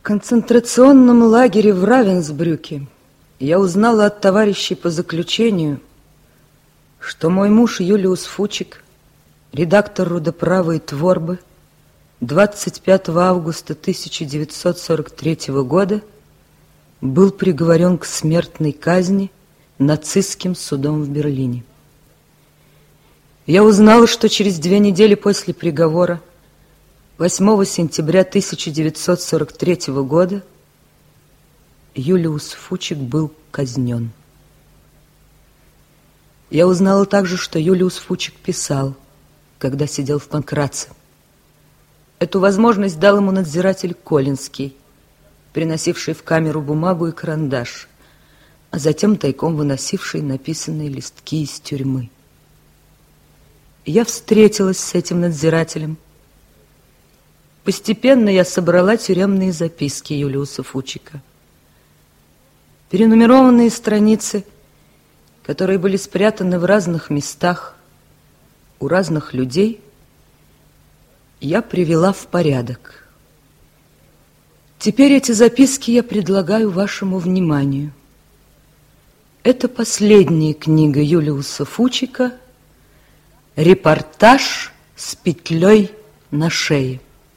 концентрационном лагере в Равенсбрюке я узнала от товарищей по заключению, что мой муж Юлиус Фучик, редактор «Рудоправа и Творбы», 25 августа 1943 года был приговорен к смертной казни нацистским судом в Берлине. Я узнала, что через 2 недели после приговора, 8 сентября 1943 года, Юлиус Фучик был казнен. Я узнала также, что Юлиус Фучик писал, когда сидел в Панкратце. Эту возможность дал ему надзиратель Колинский, приносивший в камеру бумагу и карандаш, а затем тайком выносивший написанные листки из тюрьмы. Я встретилась с этим надзирателем. Постепенно я собрала тюремные записки Юлиуса Фучика. Перенумерованные страницы, которые были спрятаны в разных местах, у разных людей, я привела в порядок. Теперь эти записки я предлагаю вашему вниманию. Это последняя книга Юлиуса Фучика «Репортаж с петлей на шее».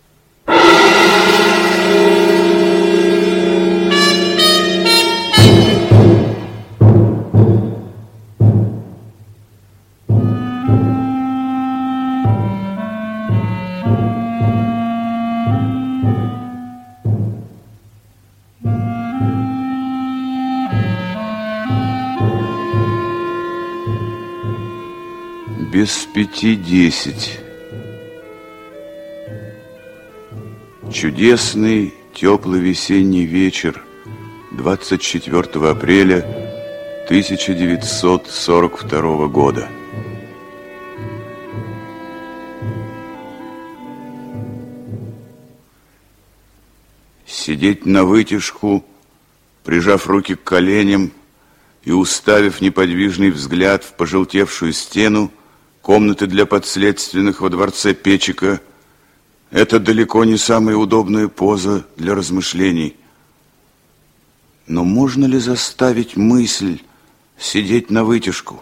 Без 5:10. Чудесный, теплый весенний вечер 24 апреля 1942 года. Сидеть навытяжку, прижав руки к коленям и уставив неподвижный взгляд в пожелтевшую стену комнаты для подследственных во дворце Печика, это далеко не самая удобная поза для размышлений. Но можно ли заставить мысль сидеть навытяжку?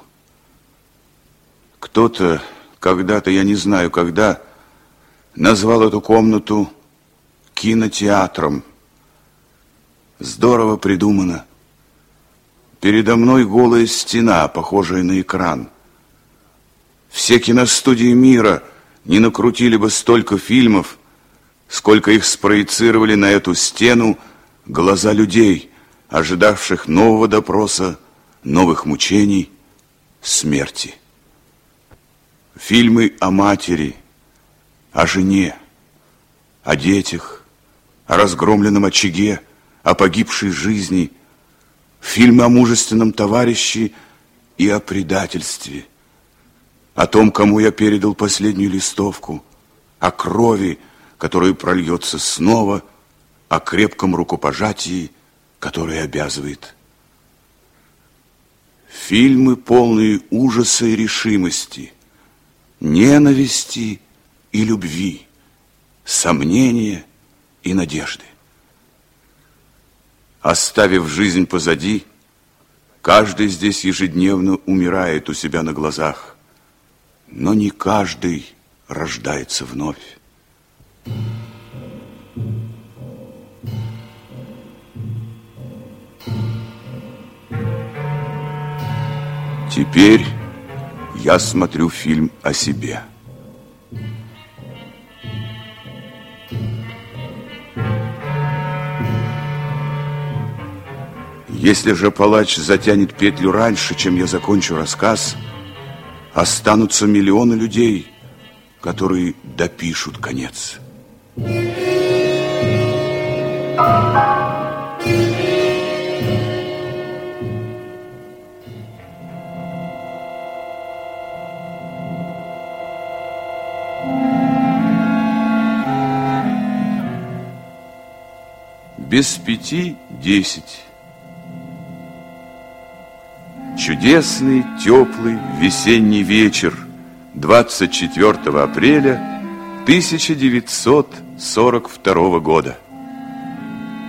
Кто-то когда-то, я не знаю когда, назвал эту комнату кинотеатром. Здорово придумано. Передо мной голая стена, похожая на экран. Все киностудии мира не накрутили бы столько фильмов, сколько их спроецировали на эту стену глаза людей, ожидавших нового допроса, новых мучений, смерти. Фильмы о матери, о жене, о детях, о разгромленном очаге, о погибшей жизни, фильмы о мужественном товарище и о предательстве, о том, кому я передал последнюю листовку, о крови, которая прольется снова, о крепком рукопожатии, которое обязывает. Фильмы, полные ужаса и решимости, ненависти и любви, сомнения и надежды. Оставив жизнь позади, каждый здесь ежедневно умирает у себя на глазах. Но не каждый рождается вновь. Теперь я смотрю фильм о себе. Если же палач затянет петлю раньше, чем я закончу рассказ, останутся миллионы людей, которые допишут конец. Без 5:10. Чудесный, теплый весенний вечер 24 апреля 1942 года.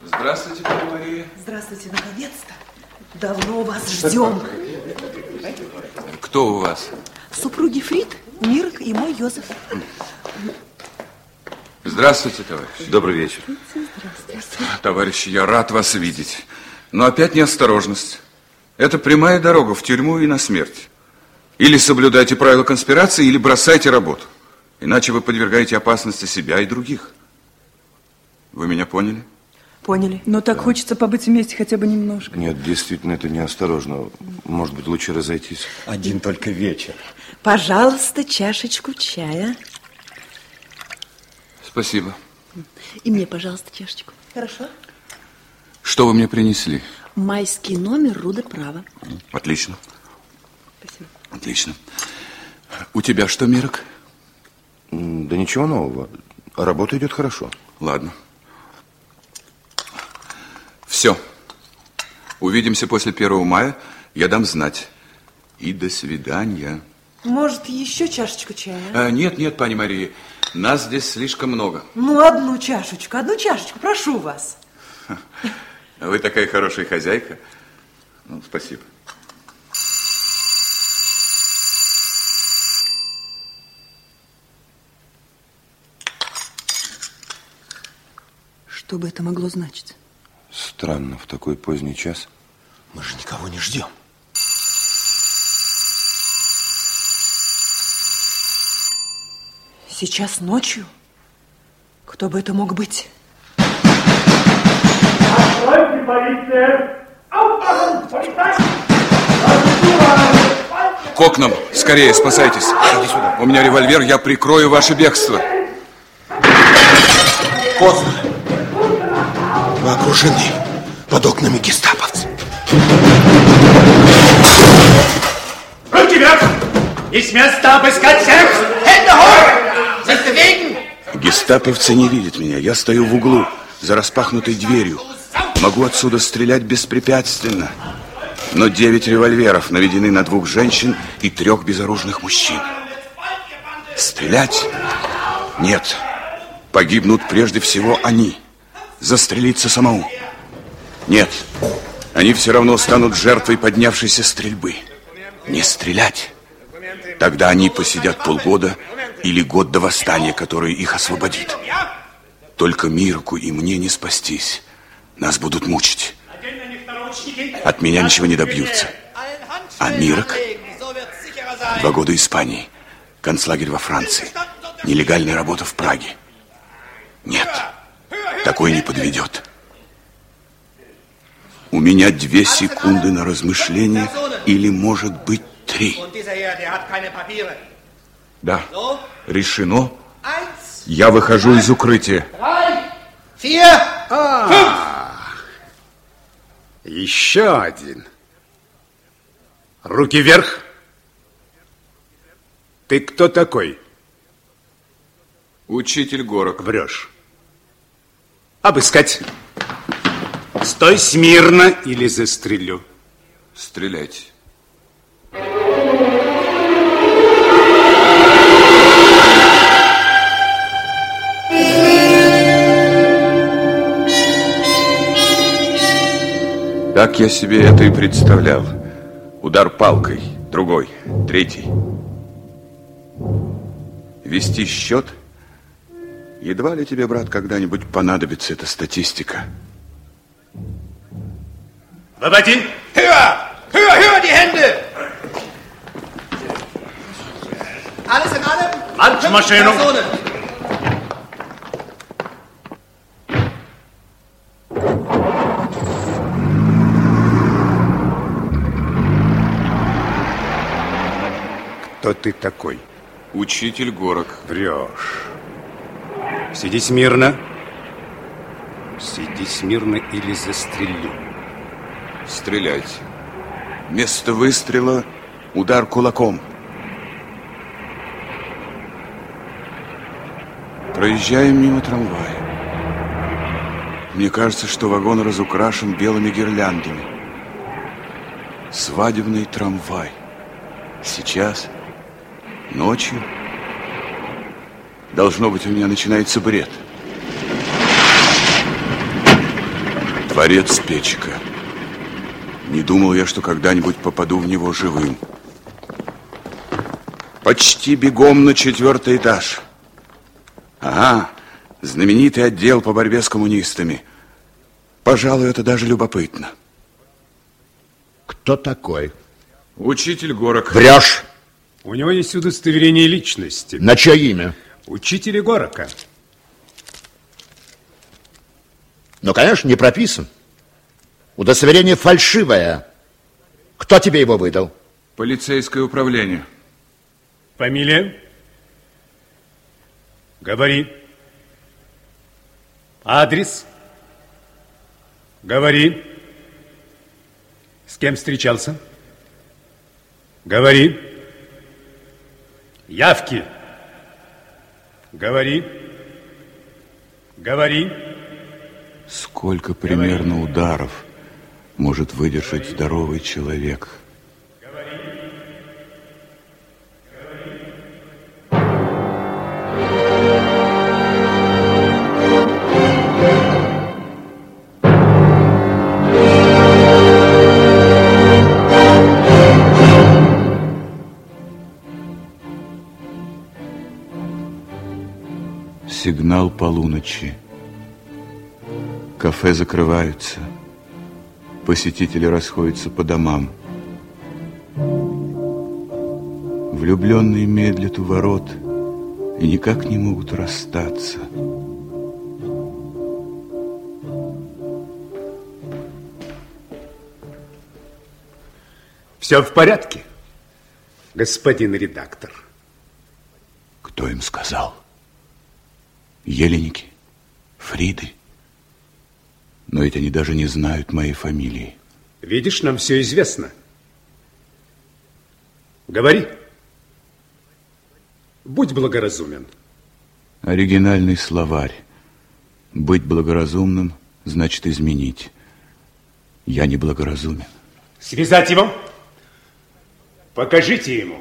Здравствуйте, пани Мария. Здравствуйте, наконец-то. Давно вас ждем. Кто у вас? Супруги Фрид, Мирок и мой Йозеф. Здравствуйте, товарищ. Добрый вечер. Здравствуйте. Товарищи, я рад вас видеть. Но опять неосторожность. Это прямая дорога в тюрьму и на смерть. Или соблюдайте правила конспирации, или бросайте работу. Иначе вы подвергаете опасности себя и других. Вы меня поняли? Поняли. Но так хочется побыть вместе хотя бы немножко. Нет, действительно, это неосторожно. Может быть, лучше разойтись. Один только вечер. Пожалуйста, чашечку чая. Спасибо. И мне, пожалуйста, чашечку. Хорошо? Что вы мне принесли? Майский номер Руда Права. Отлично. Спасибо. Отлично. У тебя что, Мирок? Да ничего нового. Работа идет хорошо. Ладно. Все. Увидимся после 1 мая. Я дам знать. И до свидания. Может, еще чашечку чая? Нет, пани Мария. Нас здесь слишком много. Ну, одну чашечку, прошу вас. Вы такая хорошая хозяйка. Ну, спасибо. Что бы это могло значить? Странно, в такой поздний час. Мы же никого не ждем. Сейчас ночью? Кто бы это мог быть? К окнам! Скорее, спасайтесь! Иди сюда. У меня револьвер, я прикрою ваше бегство. Поздно. Мы окружены. Под окнами гестаповцы. Руки вверх! И с места обыскать всех! Hände hoch! Sich bewegen! Гестаповцы не видят меня. Я стою в углу, за распахнутой дверью. Могу отсюда стрелять беспрепятственно. Но 9 револьверов наведены на 2 женщин и 3 безоружных мужчин. Стрелять? Нет. Погибнут прежде всего они. Застрелиться самому? Нет. Они все равно станут жертвой поднявшейся стрельбы. Не стрелять? Тогда они посидят полгода или год до восстания, которое их освободит. Только Мирку и мне не спастись. Нас будут мучить. От меня ничего не добьются. А Мирок? 2 года Испании. Концлагерь во Франции. Нелегальная работа в Праге. Нет, такой не подведет. У меня 2 секунды на размышление, или, может быть, 3. Да, решено. Я выхожу из укрытия. 4, 5. Еще один. Руки вверх. Ты кто такой? Учитель Горок. Врешь. Обыскать. Стой смирно, или застрелю. Стреляйте. Так я себе это и представлял. Удар палкой, другой, 3. Вести счет? Едва ли тебе, брат, когда-нибудь понадобится эта статистика. Выводи! Höher! Höher, höher die Hände! Alles in allem? Marschmaschine! Кто ты такой? Учитель Горок. Врешь. Сиди смирно. Сиди смирно, или застрелю. Стрелять. Место выстрела — удар кулаком. Проезжаем мимо трамвая. Мне кажется, что вагон разукрашен белыми гирляндами. Свадебный трамвай. Сейчас, ночью. Должно быть, у меня начинается бред. Дворец Печика. Не думал я, что когда-нибудь попаду в него живым. Почти бегом на 4-й этаж. Ага, знаменитый отдел по борьбе с коммунистами. Пожалуй, это даже любопытно. Кто такой? Учитель Горок. Врешь. У него есть удостоверение личности. На чье имя? Учителя Горока. Ну, конечно, не прописан. Удостоверение фальшивое. Кто тебе его выдал? Полицейское управление. Фамилия? Говори. Адрес? Говори. С кем встречался? Говори. Явки? Говори. Говори. Сколько примерно ударов может выдержать здоровый человек? Сигнал полуночи. Кафе закрываются. Посетители расходятся по домам. Влюбленные медлят у ворот и никак не могут расстаться. Все в порядке, господин редактор? Кто им сказал? Еленики? Фриды? Но ведь они даже не знают моей фамилии. Видишь, нам все известно. Говори. Будь благоразумен. Оригинальный словарь. Быть благоразумным значит изменить. Я не благоразумен. Связать его? Покажите ему.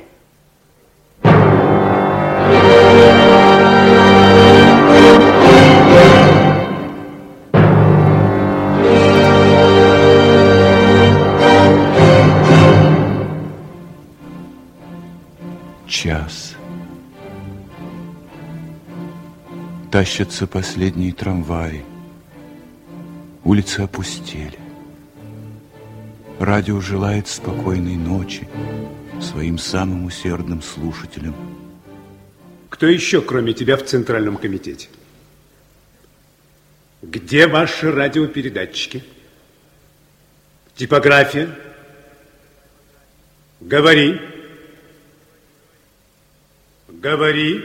Час. Тащатся последние трамваи. Улицы опустели. Радио желает спокойной ночи своим самым усердным слушателям. Кто еще, кроме тебя, в Центральном комитете? Где ваши радиопередатчики? Типография? Говори. Говори.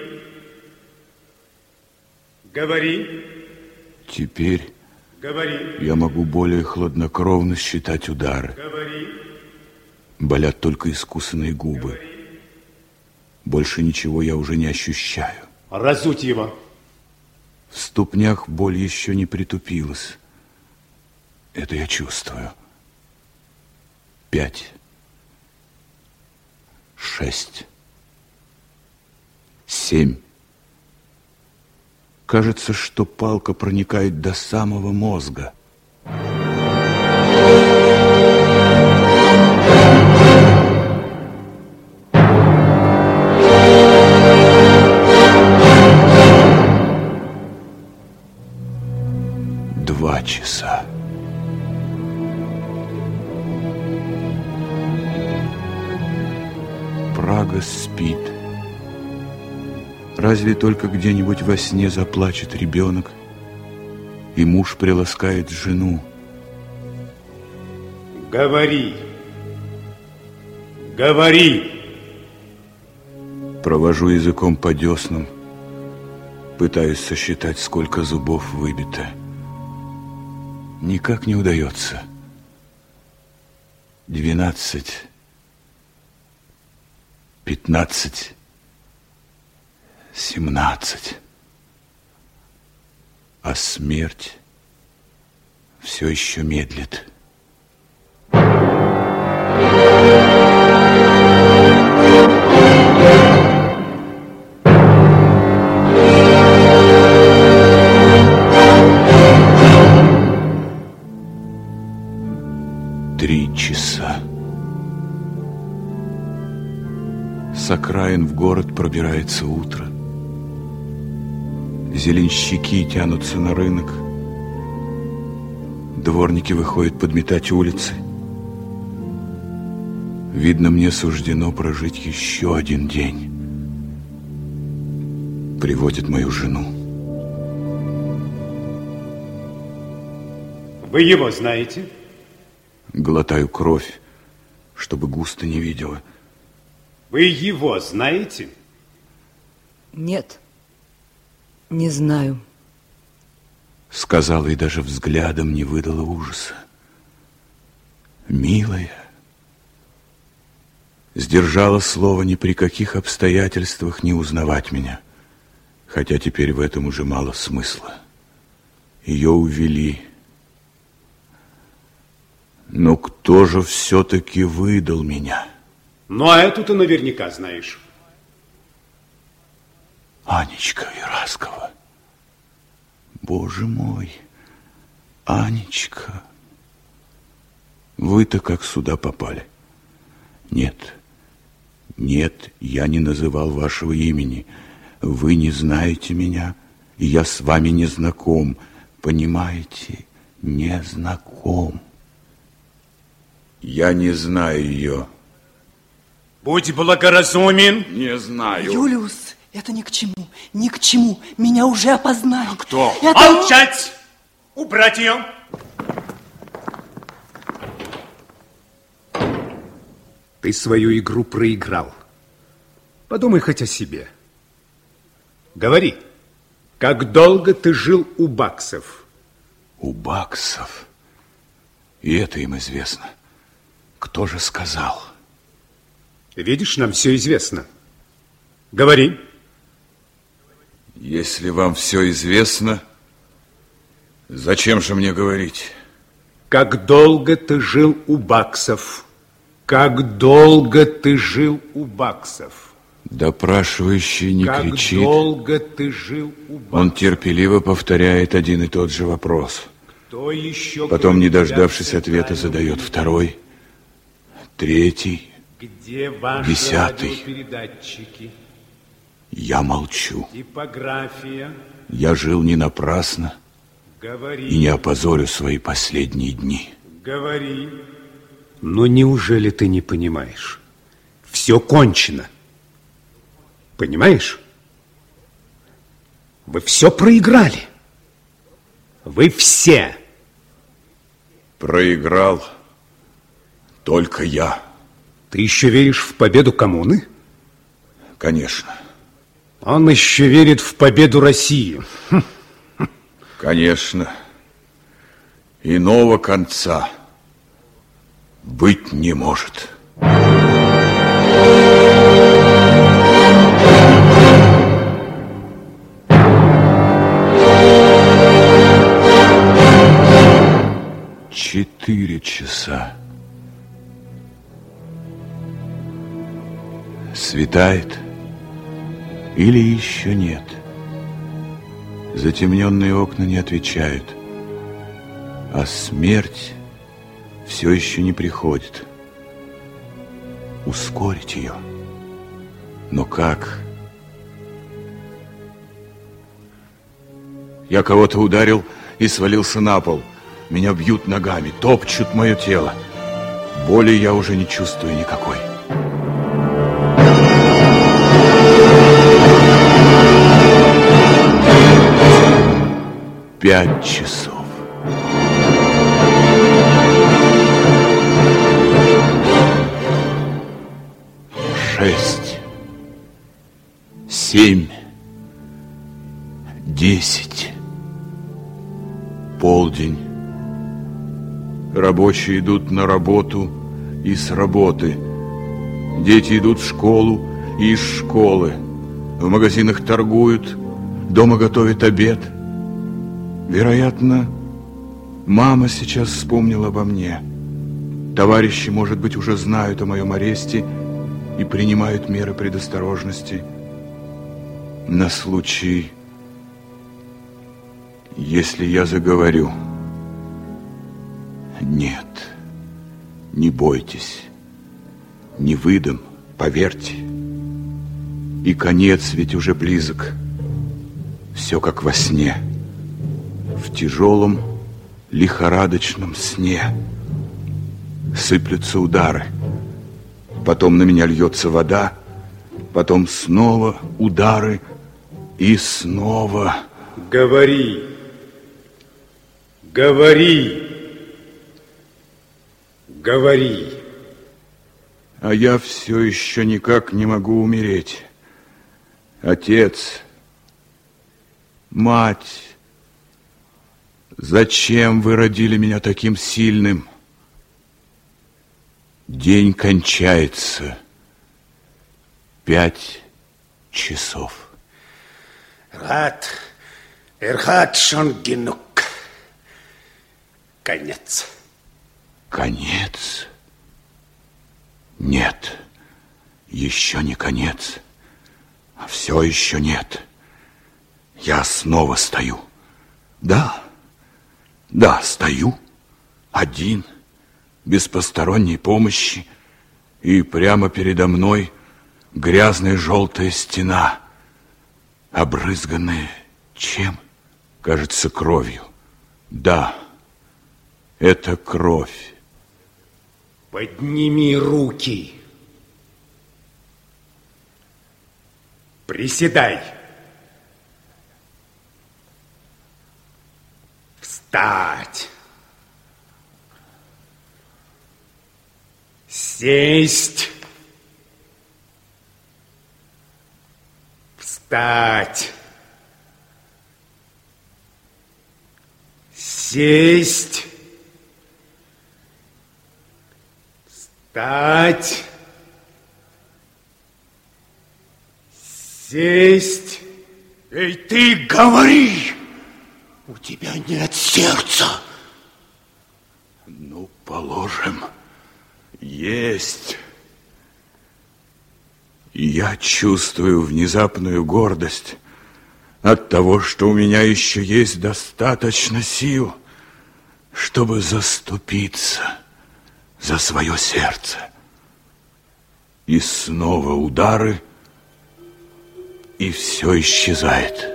Говори. Теперь Говори. я могу более хладнокровно считать удары. Говори. Болят только искусанные губы. Больше ничего я уже не ощущаю. Разуть его. В ступнях боль еще не притупилась. Это я чувствую. 5. 6. 7. Кажется, что палка проникает до самого мозга. Два часа. Прага спит. Разве только где-нибудь во сне заплачет ребенок, и муж приласкает жену. Говори. Говори. Провожу языком по деснам, пытаюсь сосчитать, сколько зубов выбито. Никак не удается. 12, 15, 17. А смерть все еще медлит. 3 часа. С окраин в город пробирается утро. Зеленщики тянутся на рынок. Дворники выходят подметать улицы. Видно, мне суждено прожить еще 1 день. Приводит мою жену. Вы его знаете? Глотаю кровь, чтобы густо не видела. Вы его знаете? Нет, не знаю. Сказала и даже взглядом не выдала ужаса. Милая. Сдержала слово ни при каких обстоятельствах не узнавать меня. Хотя теперь в этом уже мало смысла. Ее увели. Но кто же все-таки выдал меня? Ну, а эту ты наверняка знаешь. Анечка Вираскова. Боже мой, Анечка. Вы-то как сюда попали? Нет, нет, я не называл вашего имени. Вы не знаете меня, и я с вами не знаком. Понимаете, не знаком. Я не знаю ее. Будь благоразумен. Не знаю. Юлиус, это ни к чему, ни к чему. Меня уже опознали. Кто? Это... Молчать! Убрать ее! Ты свою игру проиграл. Подумай хоть о себе. Говори, как долго ты жил у Баксов? У Баксов? И это им известно. Кто же сказал? Видишь, нам все известно. Говори. Если вам все известно, зачем же мне говорить? Как долго ты жил у Баксов? Как долго ты жил у Баксов? Допрашивающий не как кричит. Как долго ты жил у Баксов? Он терпеливо повторяет один и тот же вопрос. Кто еще, потом, не дождавшись ответа, задает второй, третий, где ваши 10-й. радиопередатчики? Я молчу. Типография. Я жил не напрасно. Говори. И не опозорю свои последние дни. Говори. Но неужели ты не понимаешь? Все кончено. Понимаешь? Вы все проиграли. Вы все. Проиграл только я. Ты еще веришь в победу коммуны? Конечно. Он еще верит в победу России. Конечно. Иного конца быть не может. Четыре часа. Светает или еще нет? Затемненные окна не отвечают, а смерть все еще не приходит. Ускорить ее. Но как? Я кого-то ударил и свалился на пол. Меня бьют ногами, топчут мое тело. Боли я уже не чувствую никакой. Пять часов. Шесть. 7. 10. Полдень. Рабочие идут на работу и с работы. Дети идут в школу и из школы. В магазинах торгуют, дома готовят обед. Вероятно, мама сейчас вспомнила обо мне. Товарищи, может быть, уже знают о моем аресте и принимают меры предосторожности на случай, если я заговорю. Нет, Не бойтесь, не выдам, поверьте. И конец ведь уже близок. Все как во сне, в тяжелом лихорадочном сне. Сыплются удары, потом на меня льется вода, потом снова удары и снова. Говори, говори, говори. А я все еще никак не могу умереть. Отец, мать, зачем вы родили меня таким сильным? День кончается. 5 часов. Эрхат Шонгинук. Конец. Конец? Нет, еще не конец. А все еще нет. Я снова стою. Да, стою. Один, без посторонней помощи. И прямо передо мной грязная желтая стена, обрызганная чем? Кажется, кровью. Да, это кровь. Подними руки. Приседай. Встать. Сесть. Встать. Сесть. Встать. Сесть. Эй, ты говори! У тебя нет сердца. Ну, положим, есть. И я чувствую внезапную гордость от того, что у меня еще есть достаточно сил, чтобы заступиться за свое сердце. И снова удары, и все исчезает.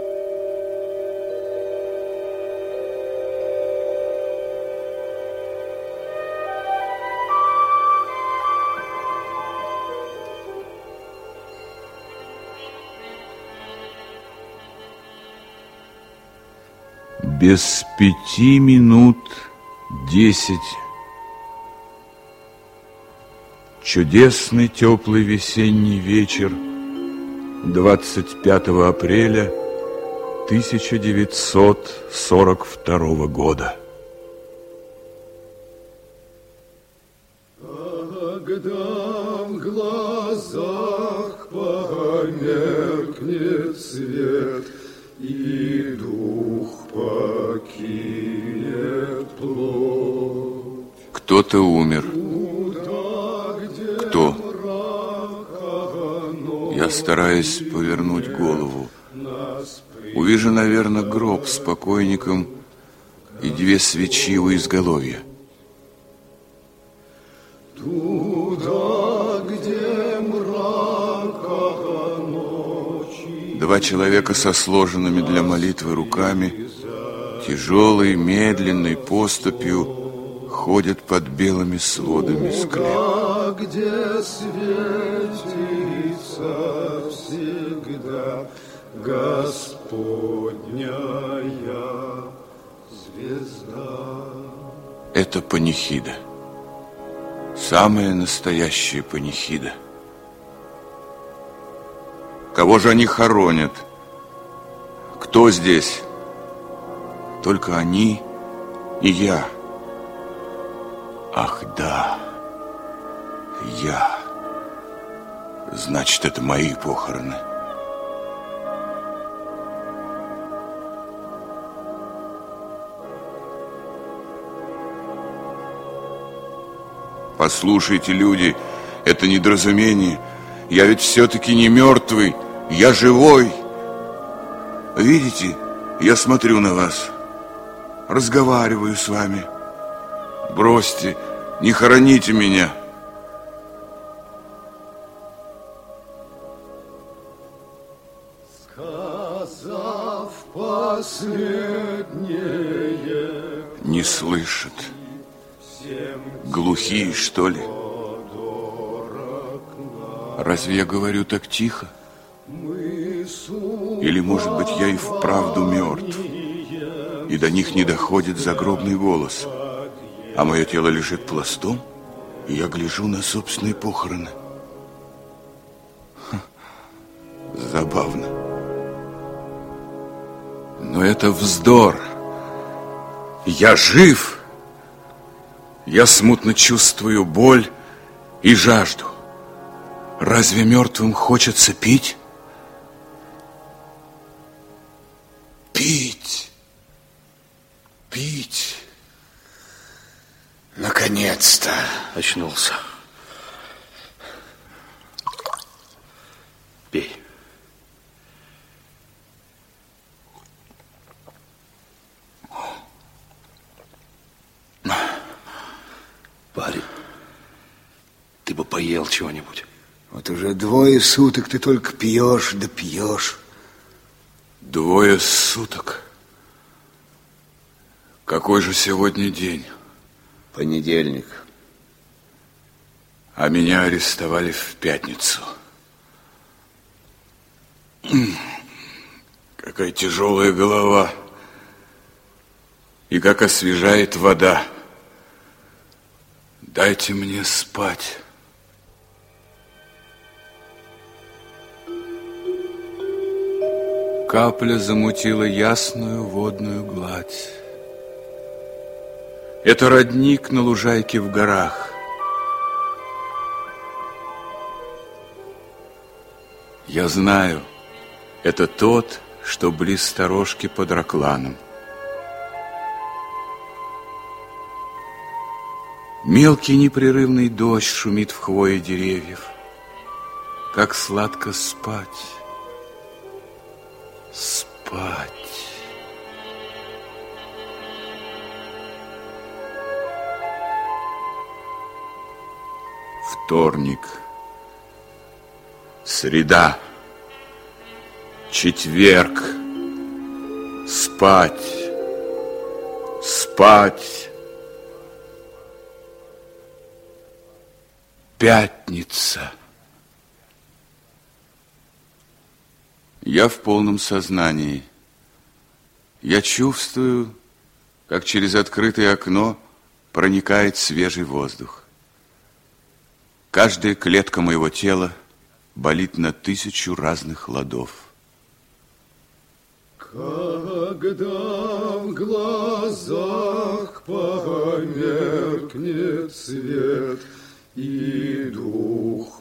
Без 5 минут 10. Чудесный теплый весенний вечер 25 апреля 1942 года. Когда в глазах померкнет свет и дух покинет плоть. Кто-то умер. Кто? Я стараюсь повернуть голову. Увижу, наверное, гроб с покойником и 2 свечи у изголовья. Туда, где мрака ночи. 2 человека со сложенными для молитвы руками, тяжелой, медленной поступью ходят под белыми сводами склепа. Где светится всегда Господняя звезда. Это панихида. Самая настоящая панихида. Кого же они хоронят? Кто здесь? Только они и я. Ах, да, я. Значит, это мои похороны. Послушайте, люди, это недоразумение. Я ведь все-таки не мертвый, я живой. Видите, я смотрю на вас, разговариваю с вами. Бросьте, Не хороните меня. Сказав последнее, Не слышат. Глухие, что ли? Разве я говорю так тихо? Или, может быть, я и вправду мертв, и до них не доходит загробный голос, а мое тело лежит пластом, и я гляжу на собственные похороны. Забавно. Но это вздор. Я жив. Я смутно чувствую боль и жажду. Разве мертвым хочется пить? Пить. Пить. Наконец-то очнулся. Пей. Парень, ты бы поел чего-нибудь. Вот уже 2 суток ты только пьешь да пьешь. 2 суток? Какой же сегодня день? Понедельник. А меня арестовали в пятницу. Какая тяжелая голова. И как освежает вода. Дайте мне спать. Капля замутила ясную водную гладь. Это родник на лужайке в горах. Я знаю, это тот, что близ сторожки под Ракланом. Мелкий непрерывный дождь шумит в хвое деревьев. Как сладко спать. Спать. Вторник. Среда. Четверг. Спать. Спать. Пятница. Я в полном сознании. Я чувствую, как через открытое окно проникает свежий воздух. Каждая клетка моего тела болит на 1000 разных ладов. когда в глазах померкнет свет, и дух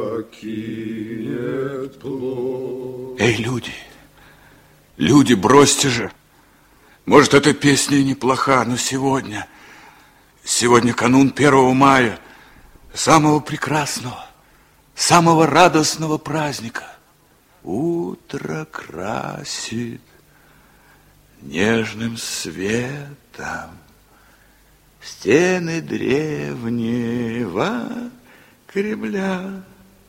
покинет плоть. Эй, люди! Люди, бросьте же! Может, эта песня и неплоха, но сегодня канун 1 мая, самого прекрасного, самого радостного праздника. Утро красит нежным светом стены древнего Кремля.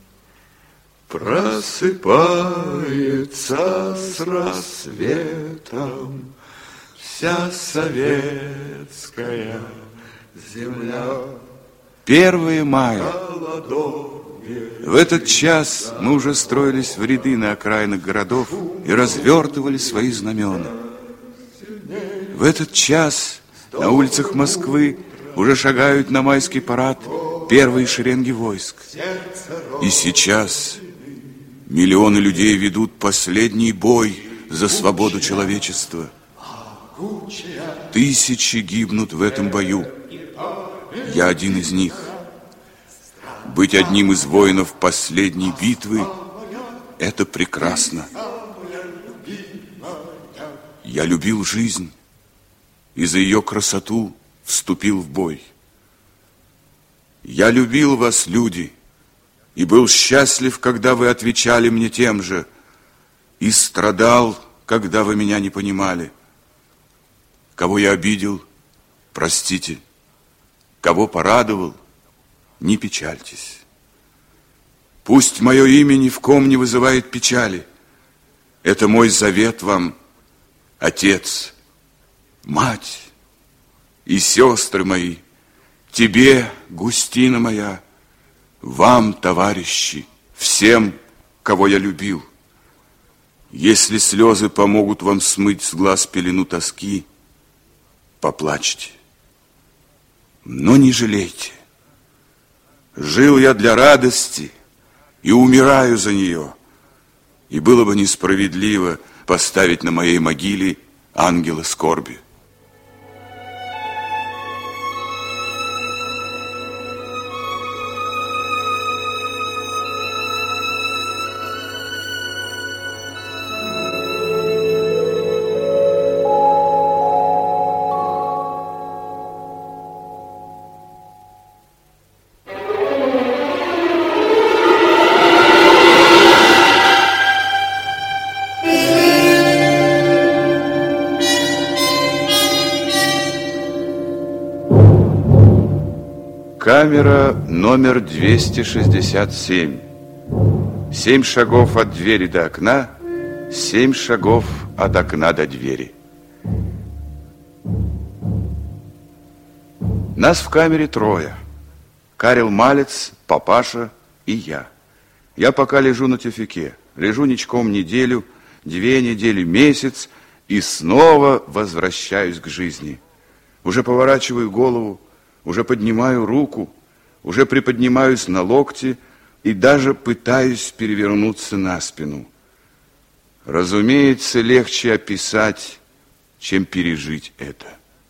Просыпается с рассветом вся советская земля. 1 мая. В этот час мы уже строились в ряды на окраинах городов и развертывали свои знамена. В этот час на улицах Москвы уже шагают на майский парад первые шеренги войск. И сейчас миллионы людей ведут последний бой за свободу человечества. Тысячи гибнут в этом бою. Я один из них. Быть одним из воинов последней битвы – это прекрасно. Я любил жизнь и за ее красоту вступил в бой. Я любил вас, люди, и был счастлив, когда вы отвечали мне тем же, и страдал, когда вы меня не понимали. Кого я обидел, простите. кого порадовал, не печальтесь. Пусть мое имя ни в ком не вызывает печали. Это мой завет вам, отец, мать и сестры мои, тебе, Густина моя, вам, товарищи, всем, кого я любил. Если слезы помогут вам смыть с глаз пелену тоски, поплачьте, но не жалейте. Жил я для радости и умираю за нее, и было бы несправедливо поставить на моей могиле ангела скорби. Камера номер 267. 7 шагов от двери до окна, 7 шагов от окна до двери. Нас в камере трое. Карел Малец, папаша и я. Я пока лежу на тюфяке. Лежу ничком неделю, 2 недели, месяц и снова возвращаюсь к жизни. Уже поворачиваю голову, уже поднимаю руку, уже приподнимаюсь на локти и даже пытаюсь перевернуться на спину. Разумеется, легче описать, чем пережить это.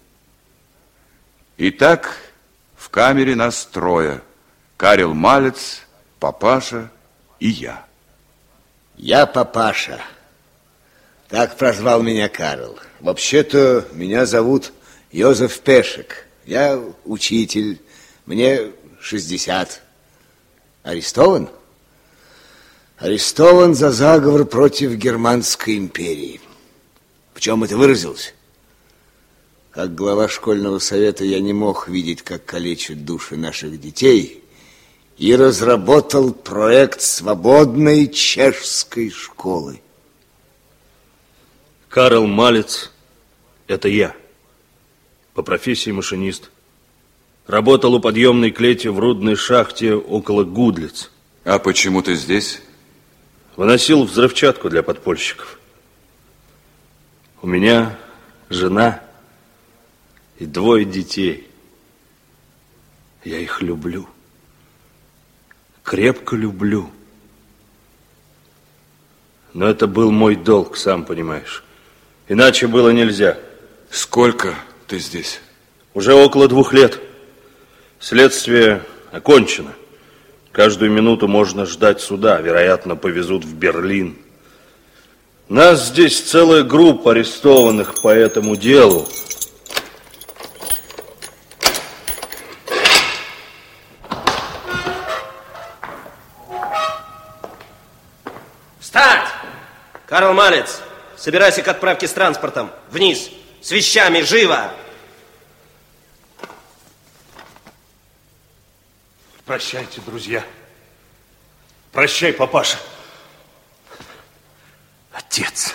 Итак, в камере нас трое. Карел Малец, папаша и я. Я папаша. Так прозвал меня Карл. Вообще-то меня зовут Йозеф Пешек. Я учитель, мне 60. Арестован? Арестован за заговор против Германской империи. В чем это выразилось? Как глава школьного совета я не мог видеть, как калечат души наших детей, и разработал проект свободной чешской школы. Карл Малец – это я. По профессии машинист. Работал у подъемной клети в рудной шахте около Гудлиц. А почему ты здесь? Выносил взрывчатку для подпольщиков. У меня жена и 2 детей. Я их люблю. Крепко люблю. Но это был мой долг, сам понимаешь. Иначе было нельзя. Сколько ты здесь? Уже около 2 лет. Следствие окончено. Каждую минуту можно ждать суда. Вероятно, повезут в Берлин. Нас здесь целая группа арестованных по этому делу. Встать! Карл Малец, собирайся к отправке с транспортом. Вниз, с вещами, живо! Прощайте, друзья. Прощай, папаша. Отец.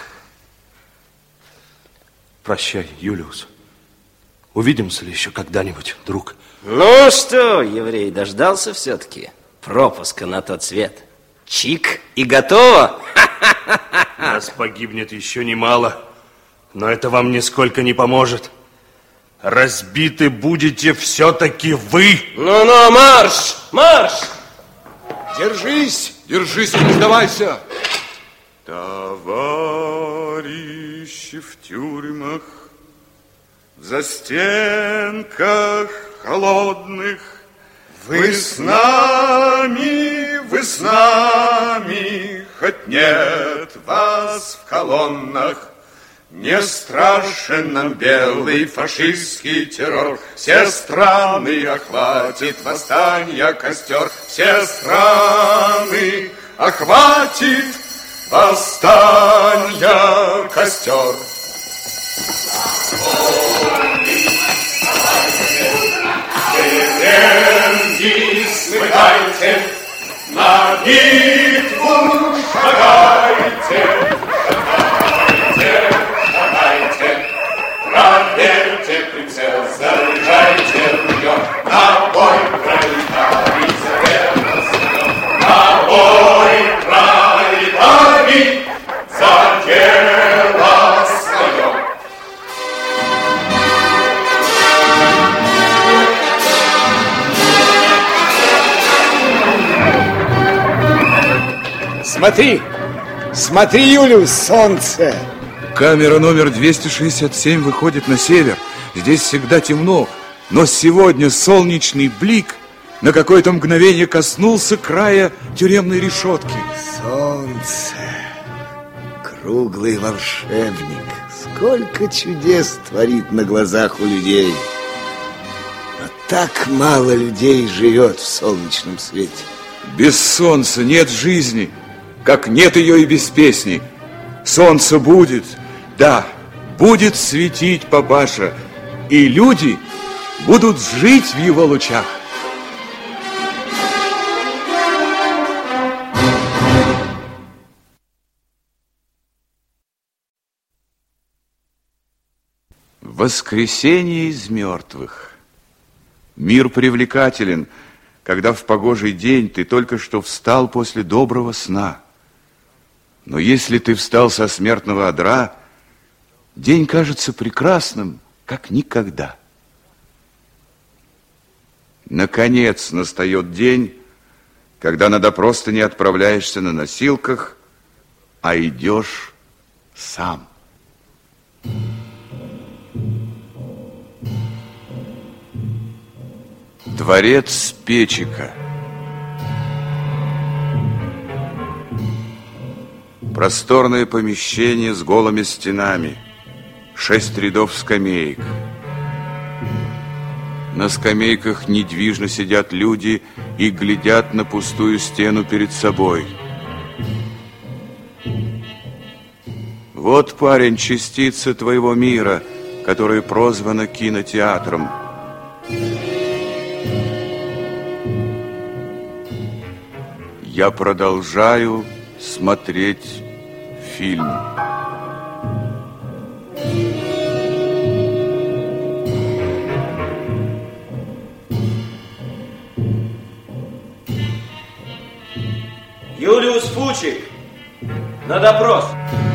Прощай, Юлиус. Увидимся ли еще когда-нибудь, друг? Ну что, еврей, дождался все-таки пропуска на тот свет? Чик и готово. Нас погибнет еще немало, но это вам нисколько не поможет. Разбиты будете все-таки вы. Ну-ну, марш! Марш! Держись! Держись и не сдавайся! Товарищи в тюрьмах, в застенках холодных, вы с нами, хоть нет вас в колоннах. Не страшен нам белый фашистский террор, все страны охватит восстание костер, все страны охватит восстание костер. Вставайте, Заряжайте ружье, на бой, пролетарий, за дело свое. На бой, пролетарий, за дело свое. Смотри, смотри, Юлиус, солнце. Камера номер 267 выходит на север. Здесь всегда темно, но сегодня солнечный блик на какое-то мгновение коснулся края тюремной решетки. Солнце, круглый волшебник, сколько чудес творит на глазах у людей. Но так мало людей живет в солнечном свете. Без солнца нет жизни, как нет ее и без песни. Солнце будет, да, будет светить, папаша, и люди будут жить в его лучах. Воскресение из мертвых. Мир привлекателен, когда в погожий день ты только что встал после доброго сна. Но если ты встал со смертного одра, день кажется прекрасным, как никогда. Наконец настает день, когда на допрос ты не отправляешься на носилках, а идешь сам. Дворец Печика. Просторное помещение с голыми стенами, 6 рядов скамеек. На скамейках недвижно сидят люди и глядят на пустую стену перед собой. Вот, парень, частица твоего мира, которая прозвана кинотеатром. Я продолжаю смотреть фильм. Юлиус Фучик, на допрос.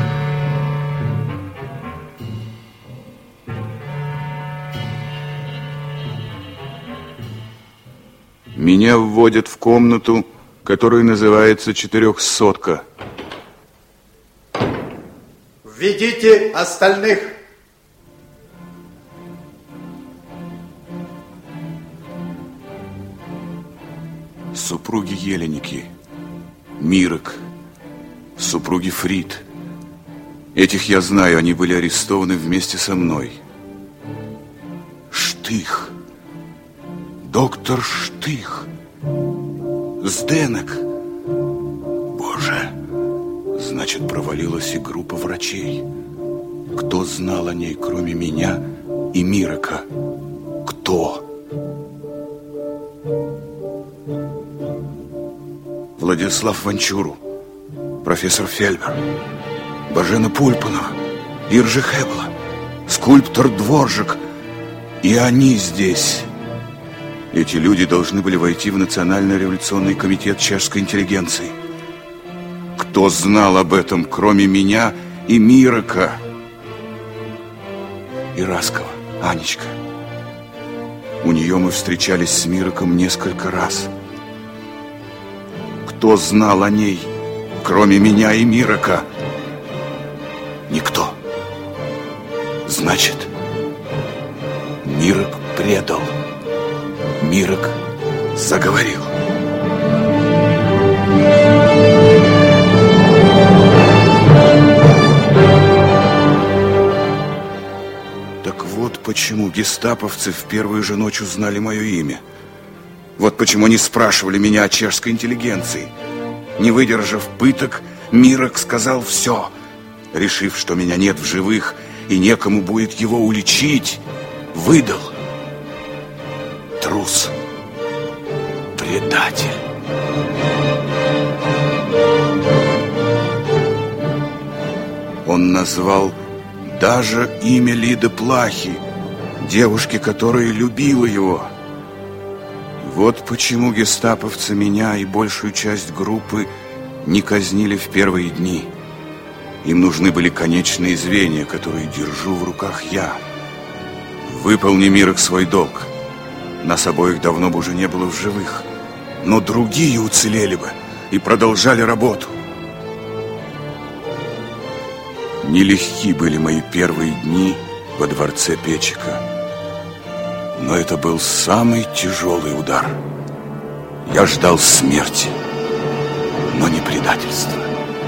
Меня вводят в комнату, которая называется 400-ка. Введите остальных. Супруги Еленики, Мирок, супруги Фрид. Этих я знаю, они были арестованы вместе со мной. Штых, доктор Штых, Сденек. Боже, значит, провалилась и группа врачей. Кто знал о ней, кроме меня и Мирока? Кто? Владислав Ванчуру, профессор Фельбер, Бажена Пульпанова, Иржи Хебла, скульптор Дворжик. И они здесь. Эти люди должны были войти в Национальный революционный комитет чешской интеллигенции. Кто знал об этом, кроме меня и Мирока? Ираскова, Анечка. У нее мы встречались с Мироком несколько раз. Кто знал о ней, кроме меня и Мирока? Никто. Значит, Мирок предал. Мирок заговорил. Так вот почему гестаповцы в первую же ночь узнали мое имя. Вот почему они спрашивали меня о чешской интеллигенции. Не выдержав пыток, Мирок сказал все, решив, что меня нет в живых и некому будет его уличить, выдал. Трус, предатель. Он назвал даже имя Лиды Плахи, девушке, которая любила его. Вот почему гестаповцы меня и большую часть группы не казнили в первые дни. Им нужны были конечные звенья, которые держу в руках я. Выполни, Мирок, свой долг. Нас обоих давно бы уже не было в живых. Но другие уцелели бы и продолжали работу. Нелегки были мои первые дни во дворце Печика. Но это был самый тяжелый удар. Я ждал смерти, но не предательства.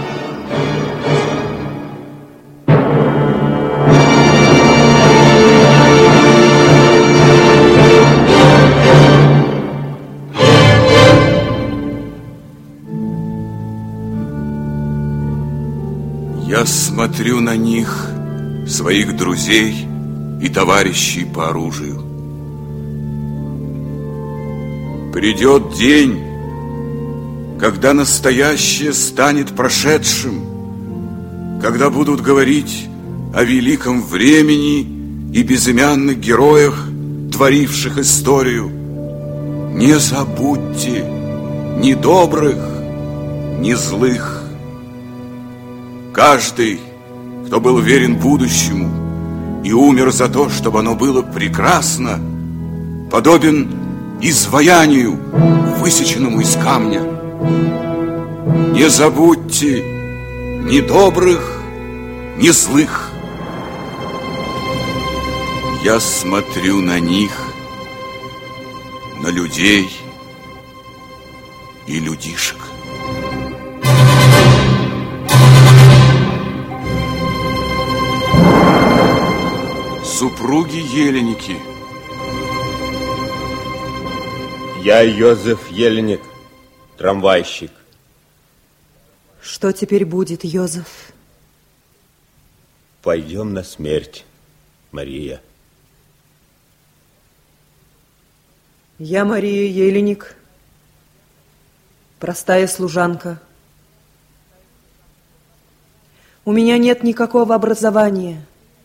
Я смотрю на них, своих друзей и товарищей по оружию. Придет день, когда настоящее станет прошедшим, когда будут говорить о великом времени и безымянных героях, творивших историю. Не забудьте ни добрых, ни злых. Каждый, кто был верен будущему и умер за то, чтобы оно было прекрасно, подобен изваянию, высеченному из камня. Не забудьте ни добрых, ни злых. Я смотрю на них, на людей и людишек. Супруги Еленики. Я Йозеф Еленик, трамвайщик. Что теперь будет, Йозеф? Пойдем на смерть, Мария. Я Мария Еленик, простая служанка. У меня нет никакого образования.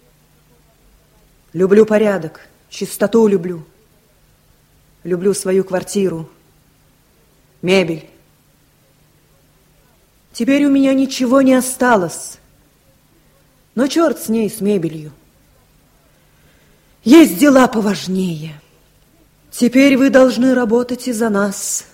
Люблю порядок, чистоту люблю. Люблю свою квартиру, мебель. Теперь у меня ничего не осталось. Но черт с ней, с мебелью. Есть дела поважнее. Теперь вы должны работать и за нас.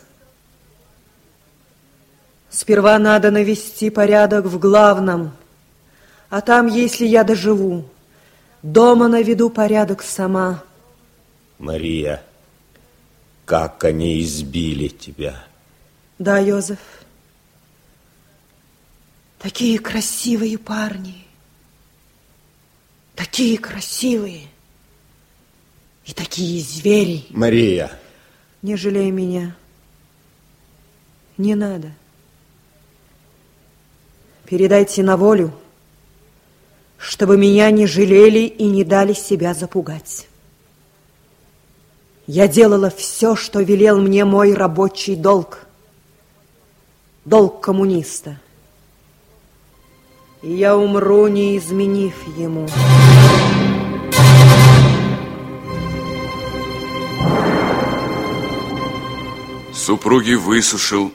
Сперва надо навести порядок в главном, а там, если я доживу, дома наведу порядок сама. Мария, как они избили тебя. Да, Йозеф. Такие красивые парни. Такие красивые. И такие звери. Мария. Не жалей меня. Не надо. Передайте на волю, чтобы меня не жалели и не дали себя запугать. Я делала все, что велел мне мой рабочий долг. Долг коммуниста. И я умру, не изменив ему. Супруги высушил.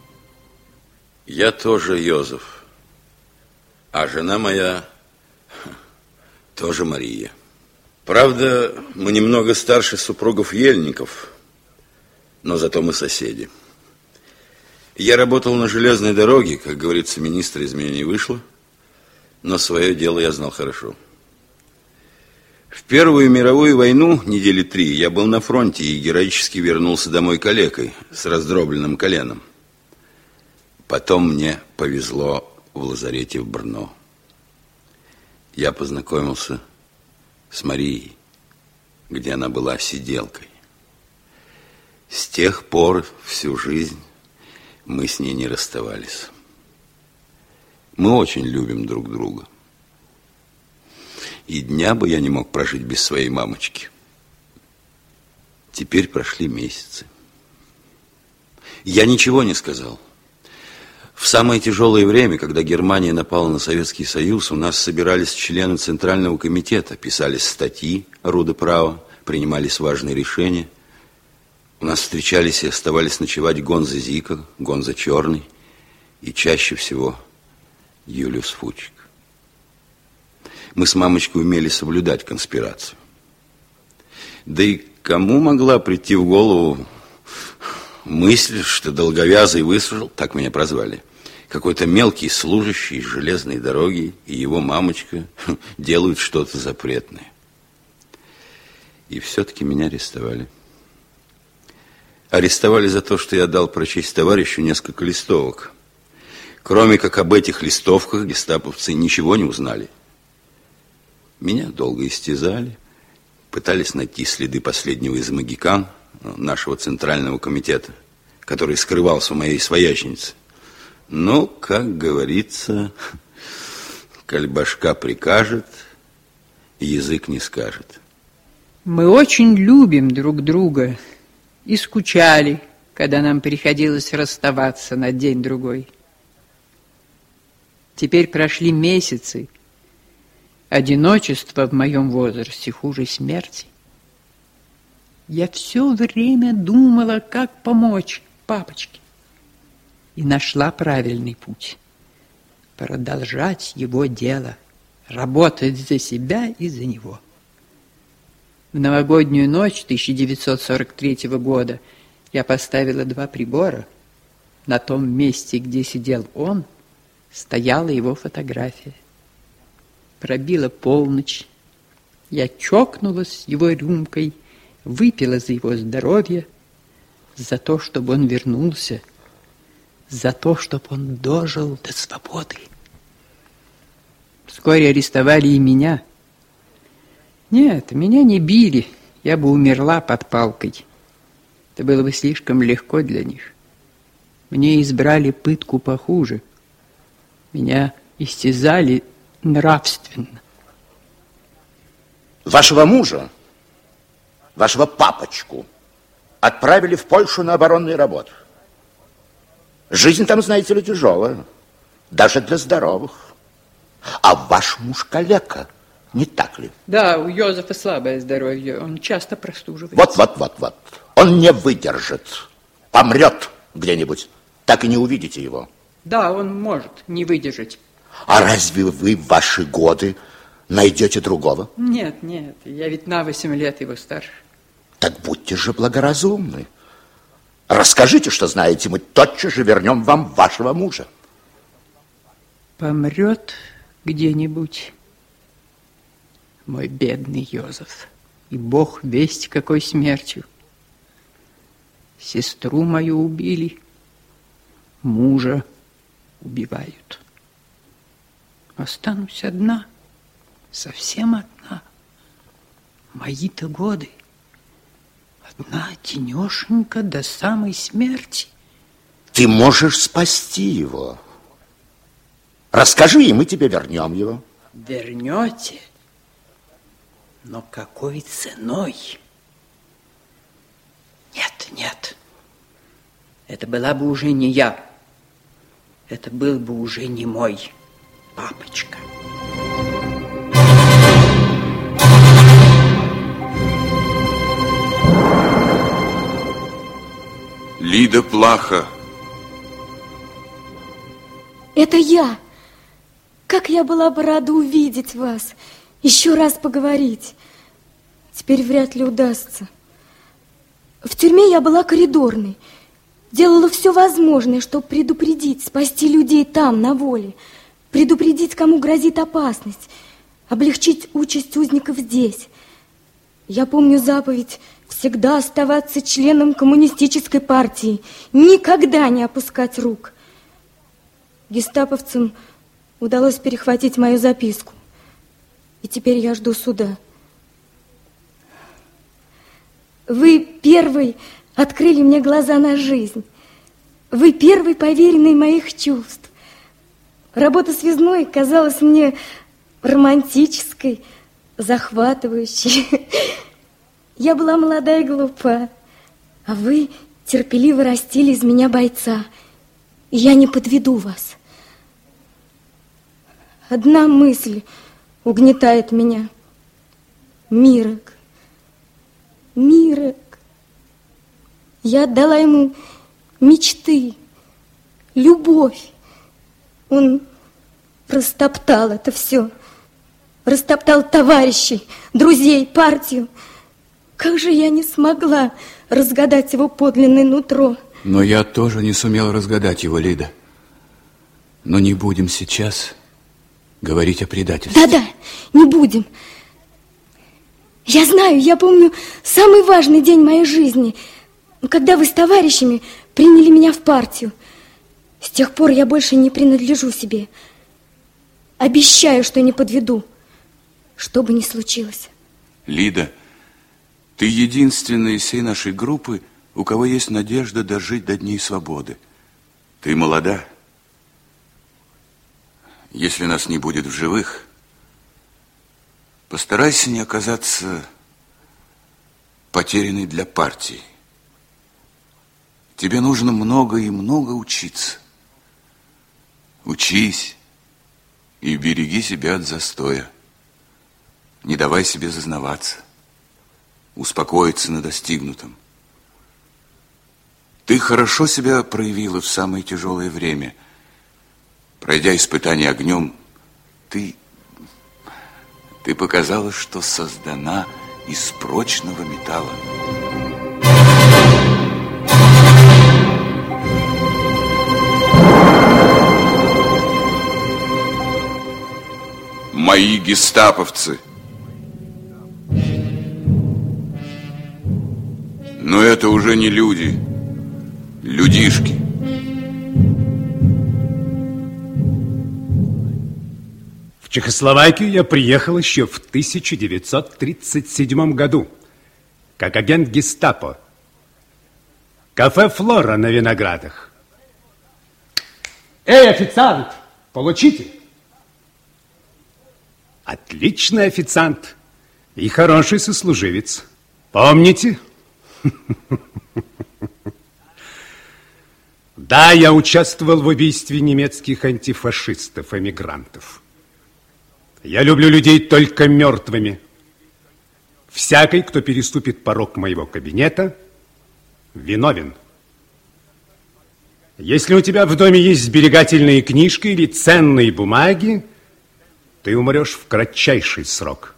Я тоже Йозеф. А жена моя тоже Мария. Правда, мы немного старше супругов Ельников, но зато мы соседи. Я работал на железной дороге, как говорится, министра из меня не вышло, но свое дело я знал хорошо. В Первую мировую войну, недели 3, я был на фронте и героически вернулся домой калекой с раздробленным коленом. Потом мне повезло в лазарете в Брно. Я познакомился с Марией, где она была сиделкой. С тех пор всю жизнь мы с ней не расставались. Мы очень любим друг друга. И дня бы я не мог прожить без своей мамочки. Теперь прошли месяцы. Я ничего не сказал. В В самое тяжелое время, когда Германия напала на Советский Союз, у нас собирались члены Центрального комитета, писались статьи рода права, принимались важные решения. У нас встречались и оставались ночевать Гонза Зика, Гонза Черный и чаще всего Юлиус Фучик. Мы с мамочкой умели соблюдать конспирацию. Да и кому могла прийти в голову мысль, что долговязый выслужил, так меня прозвали, какой-то мелкий служащий из железной дороги и его мамочка делают что-то запретное. И все-таки меня арестовали. Арестовали за то, что я дал прочесть товарищу несколько листовок. Кроме как об этих листовках гестаповцы ничего не узнали. Меня долго истязали, пытались найти следы последнего из магикан, нашего Центрального комитета, который скрывался у моей свояченицы. Но, как говорится, коль башка прикажет, язык не скажет. Мы очень любим друг друга и скучали, когда нам приходилось расставаться на день-другой. Теперь прошли месяцы. Одиночество в моем возрасте хуже смерти. Я все время думала, как помочь папочке. И нашла правильный путь. Продолжать его дело. Работать за себя и за него. В новогоднюю ночь 1943 года я поставила 2 прибора. На том месте, где сидел он, стояла его фотография. Пробила полночь. Я чокнулась с его рюмкой, выпила за его здоровье, за то, чтобы он вернулся, за то, чтобы он дожил до свободы. Вскоре арестовали и меня. Нет, меня не били, я бы умерла под палкой. Это было бы слишком легко для них. Мне избрали пытку похуже. Меня истязали нравственно. Вашего мужа, вашего папочку, отправили в Польшу на оборонные работы. Жизнь там, знаете ли, тяжелая, даже для здоровых. А ваш муж калека, не так ли? Да, у Йозефа слабое здоровье, он часто простуживается. Вот. Он не выдержит, помрет где-нибудь, так и не увидите его. Да, он может не выдержать. А разве вы в ваши годы найдете другого? Нет, я ведь на 8 лет его старше. Так будьте же благоразумны. Расскажите, что знаете, мы тотчас же вернем вам вашего мужа. Помрет где-нибудь мой бедный Йозеф. И Бог весть какой смертью. Сестру мою убили, мужа убивают. Останусь одна, совсем одна. Мои-то годы. Одна тенешенька до самой смерти. Ты можешь спасти его. Расскажи, и мы тебе вернем его. Вернете? Но какой ценой? Нет. Это была бы уже не я. Это был бы уже не мой папочка. Лида Плаха. Это я. Как я была бы рада увидеть вас, еще раз поговорить. Теперь вряд ли удастся. В тюрьме я была коридорной. Делала все возможное, чтобы предупредить, спасти людей там, на воле. Предупредить, кому грозит опасность. Облегчить участь узников здесь. Я помню заповедь всегда оставаться членом коммунистической партии. Никогда не опускать рук. Гестаповцам удалось перехватить мою записку. И теперь я жду суда. Вы первый открыли мне глаза на жизнь. Вы первый поверенный моих чувств. Работа связной казалась мне романтической, захватывающей. Я была молода и глупа, а вы терпеливо растили из меня бойца. я не подведу вас. Одна мысль угнетает меня. Мирок. Мирок. Я отдала ему мечты, любовь. Он растоптал это все. Растоптал товарищей, друзей, партию. Как же я не смогла разгадать его подлинное нутро. Но я тоже не сумел разгадать его, Лида. Но не будем сейчас говорить о предательстве. Да-да, не будем. Я знаю, я помню самый важный день моей жизни, когда вы с товарищами приняли меня в партию. С тех пор я больше не принадлежу себе. Обещаю, что не подведу, что бы ни случилось. Лида, ты единственная из всей нашей группы, у кого есть надежда дожить до дней свободы. Ты молода. Если нас не будет в живых, постарайся не оказаться потерянной для партии. Тебе нужно много и много учиться. Учись и береги себя от застоя. Не давай себе зазнаваться, успокоиться на достигнутом. Ты хорошо себя проявила в самое тяжелое время. Пройдя испытание огнем, ты показала, что создана из прочного металла. Мои гестаповцы. Но это уже не люди, людишки. В Чехословакию я приехал еще в 1937 году, как агент гестапо. Кафе «Флора» на Виноградах. Эй, официант, получите. Отличный официант и хороший сослуживец. Помните? Да, я участвовал в убийстве немецких антифашистов-эмигрантов. Я люблю людей только мертвыми. Всякий, кто переступит порог моего кабинета, виновен. Если у тебя в доме есть сберегательные книжки или ценные бумаги, ты умрешь в кратчайший срок.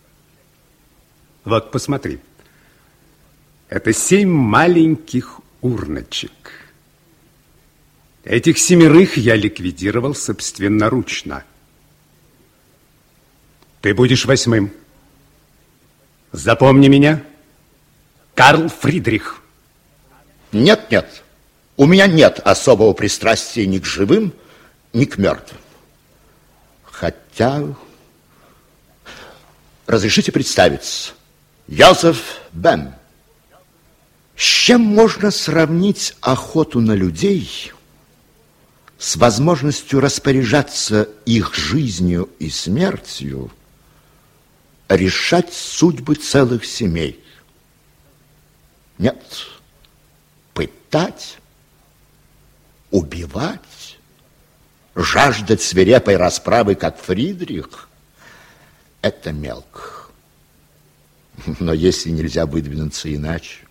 Вот, посмотри. Это 7 маленьких урночек. Этих 7 я ликвидировал собственноручно. Ты будешь 8. Запомни меня. Карл Фридрих. Нет, нет. У меня нет особого пристрастия ни к живым, ни к мертвым. Хотя... Разрешите представиться. Йозеф Бем. С чем можно сравнить охоту на людей с возможностью распоряжаться их жизнью и смертью, решать судьбы целых семей? Нет. Пытать, убивать, жаждать свирепой расправы, как Фридрих, это мелко. Но если нельзя выдвинуться иначе,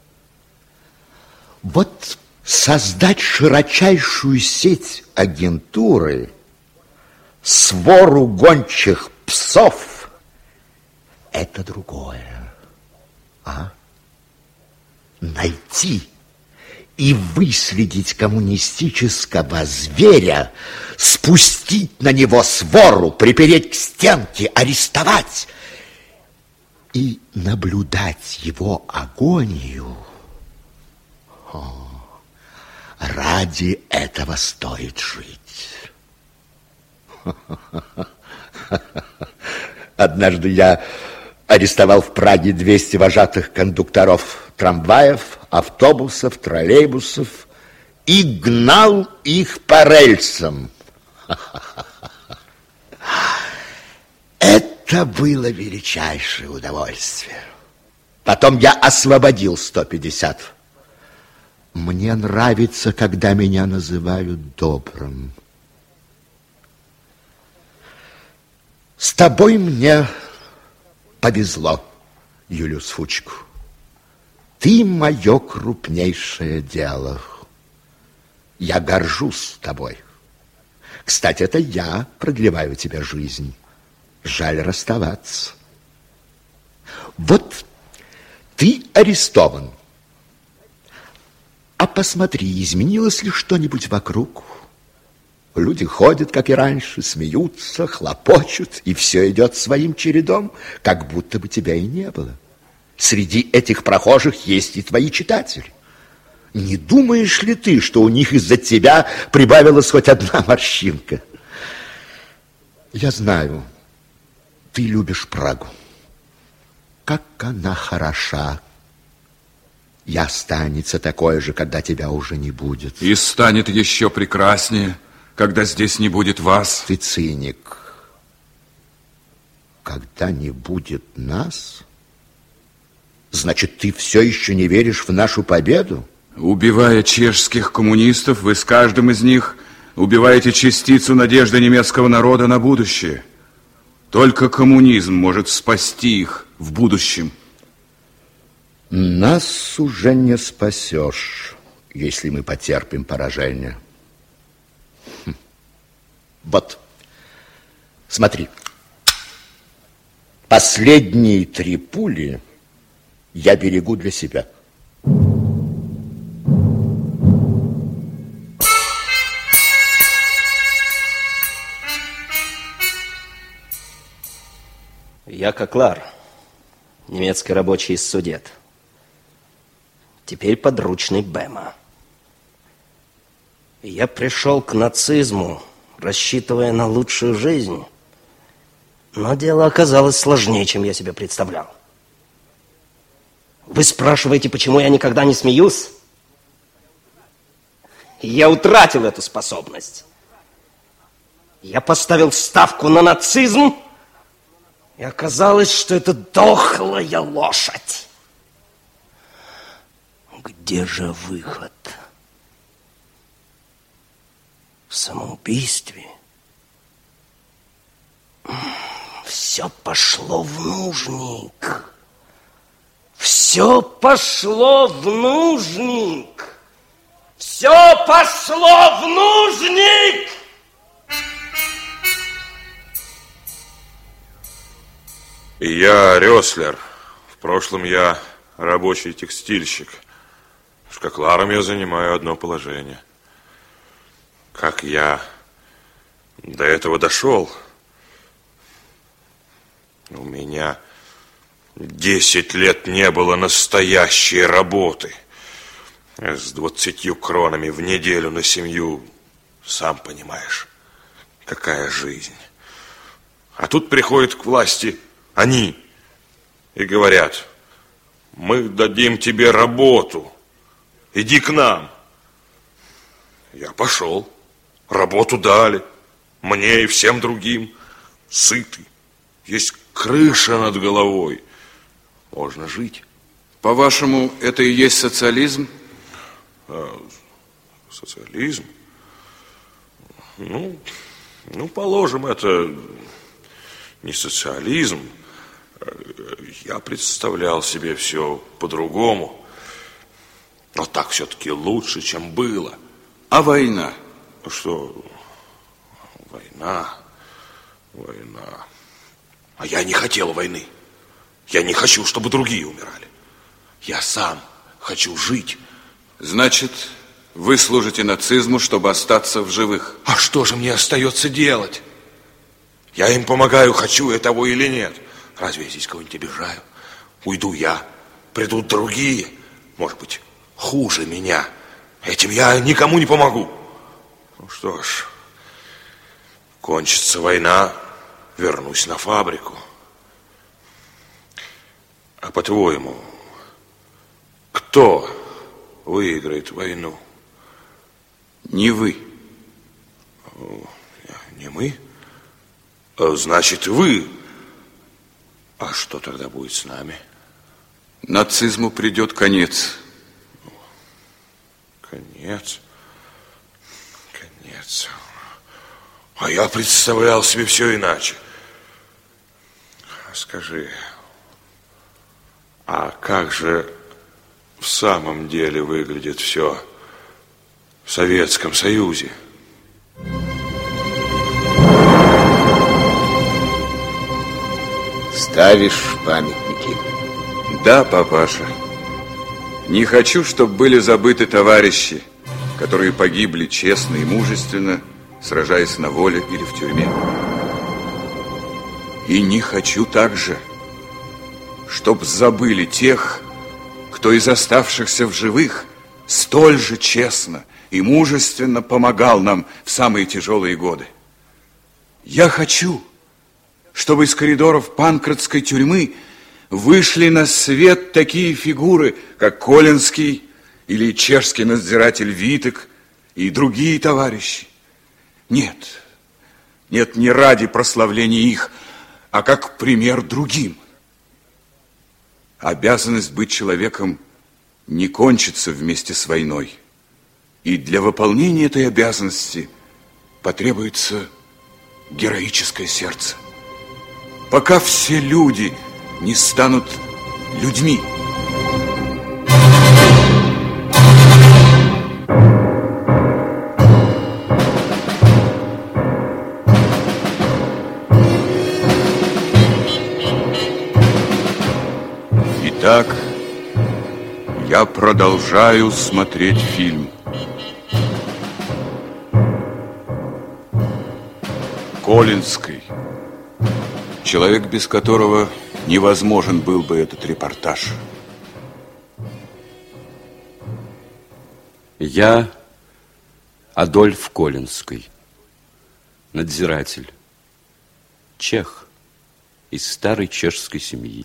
вот создать широчайшую сеть агентуры, свору гончих псов, это другое. А? Найти и выследить коммунистического зверя, спустить на него свору, припереть к стенке, арестовать и наблюдать его агонию. О, ради этого стоит жить. Однажды я арестовал в Праге 200 вожатых кондукторов трамваев, автобусов, троллейбусов и гнал их по рельсам. Это было величайшее удовольствие. Потом я освободил 150. Мне нравится, когда меня называют добрым. С тобой мне повезло, Юлиус Фучик. Ты мое крупнейшее дело. Я горжусь тобой. Кстати, это я продлеваю тебе жизнь. Жаль расставаться. Вот ты арестован. А посмотри, изменилось ли что-нибудь вокруг. Люди ходят, как и раньше, смеются, хлопочут, и все идет своим чередом, как будто бы тебя и не было. Среди этих прохожих есть и твои читатели. Не думаешь ли ты, что у них из-за тебя прибавилась хоть одна морщинка? Я знаю, ты любишь Прагу. Как она хороша. И останется такое же, когда тебя уже не будет. И станет еще прекраснее, когда здесь не будет вас. Ты циник. Когда не будет нас, значит, ты все еще не веришь в нашу победу? Убивая чешских коммунистов, вы с каждым из них убиваете частицу надежды немецкого народа на будущее. Только коммунизм может спасти их в будущем. Нас уже не спасешь, если мы потерпим поражение. Вот, смотри. Последние 3 пули я берегу для себя. Я Коклар, немецкий рабочий из Судет. Теперь подручный Бэма. Я пришел к нацизму, рассчитывая на лучшую жизнь. Но дело оказалось сложнее, чем я себе представлял. Вы спрашиваете, почему я никогда не смеюсь? Я утратил эту способность. Я поставил ставку на нацизм, и оказалось, что это дохлая лошадь. Где же выход? В самоубийстве? Все пошло в нужник. Все пошло в нужник. Все пошло в нужник. Я Рёслер. В прошлом я рабочий текстильщик. С Кокларом я занимаю одно положение. Как я до этого дошел? У меня 10 лет не было настоящей работы. С 20 кронами в неделю на семью, сам понимаешь, какая жизнь. А тут приходят к власти они и говорят: мы дадим тебе работу, иди к нам. Я пошел, работу дали, мне и всем другим, сытый, есть крыша над головой, можно жить. По-вашему, это и есть социализм? Социализм? Ну, положим, это не социализм. Я представлял себе все по-другому. Но так все-таки лучше, чем было. А война? Что? Война. А я не хотел войны. Я не хочу, чтобы другие умирали. Я сам хочу жить. Значит, вы служите нацизму, чтобы остаться в живых. А что же мне остается делать? Я им помогаю, хочу я того или нет. Разве я здесь кого-нибудь обижаю? Уйду я, придут другие, может быть, хуже меня. Этим я никому не помогу. Ну что ж, кончится война, вернусь на фабрику. А по-твоему, кто выиграет войну? Не вы. Не мы? Значит, вы. А что тогда будет с нами? Нацизму придет конец. Конец. Конец. А я представлял себе все иначе. Скажи, а как же в самом деле выглядит все в Советском Союзе? Ставишь памятники? Да, папаша. Не хочу, чтобы были забыты товарищи, которые погибли честно и мужественно, сражаясь на воле или в тюрьме. И не хочу также, чтоб забыли тех, кто из оставшихся в живых столь же честно и мужественно помогал нам в самые тяжелые годы. Я хочу, чтобы из коридоров Панкратской тюрьмы вышли на свет такие фигуры, как Колинский или чешский надзиратель Витек и другие товарищи. Нет, не ради прославления их, а как пример другим. Обязанность быть человеком не кончится вместе с войной. И для выполнения этой обязанности потребуется героическое сердце. Пока все люди не станут людьми. Итак, я продолжаю смотреть фильм. Колинский. Человек, без которого невозможен был бы этот репортаж. Я Адольф Колинский, надзиратель, чех из старой чешской семьи.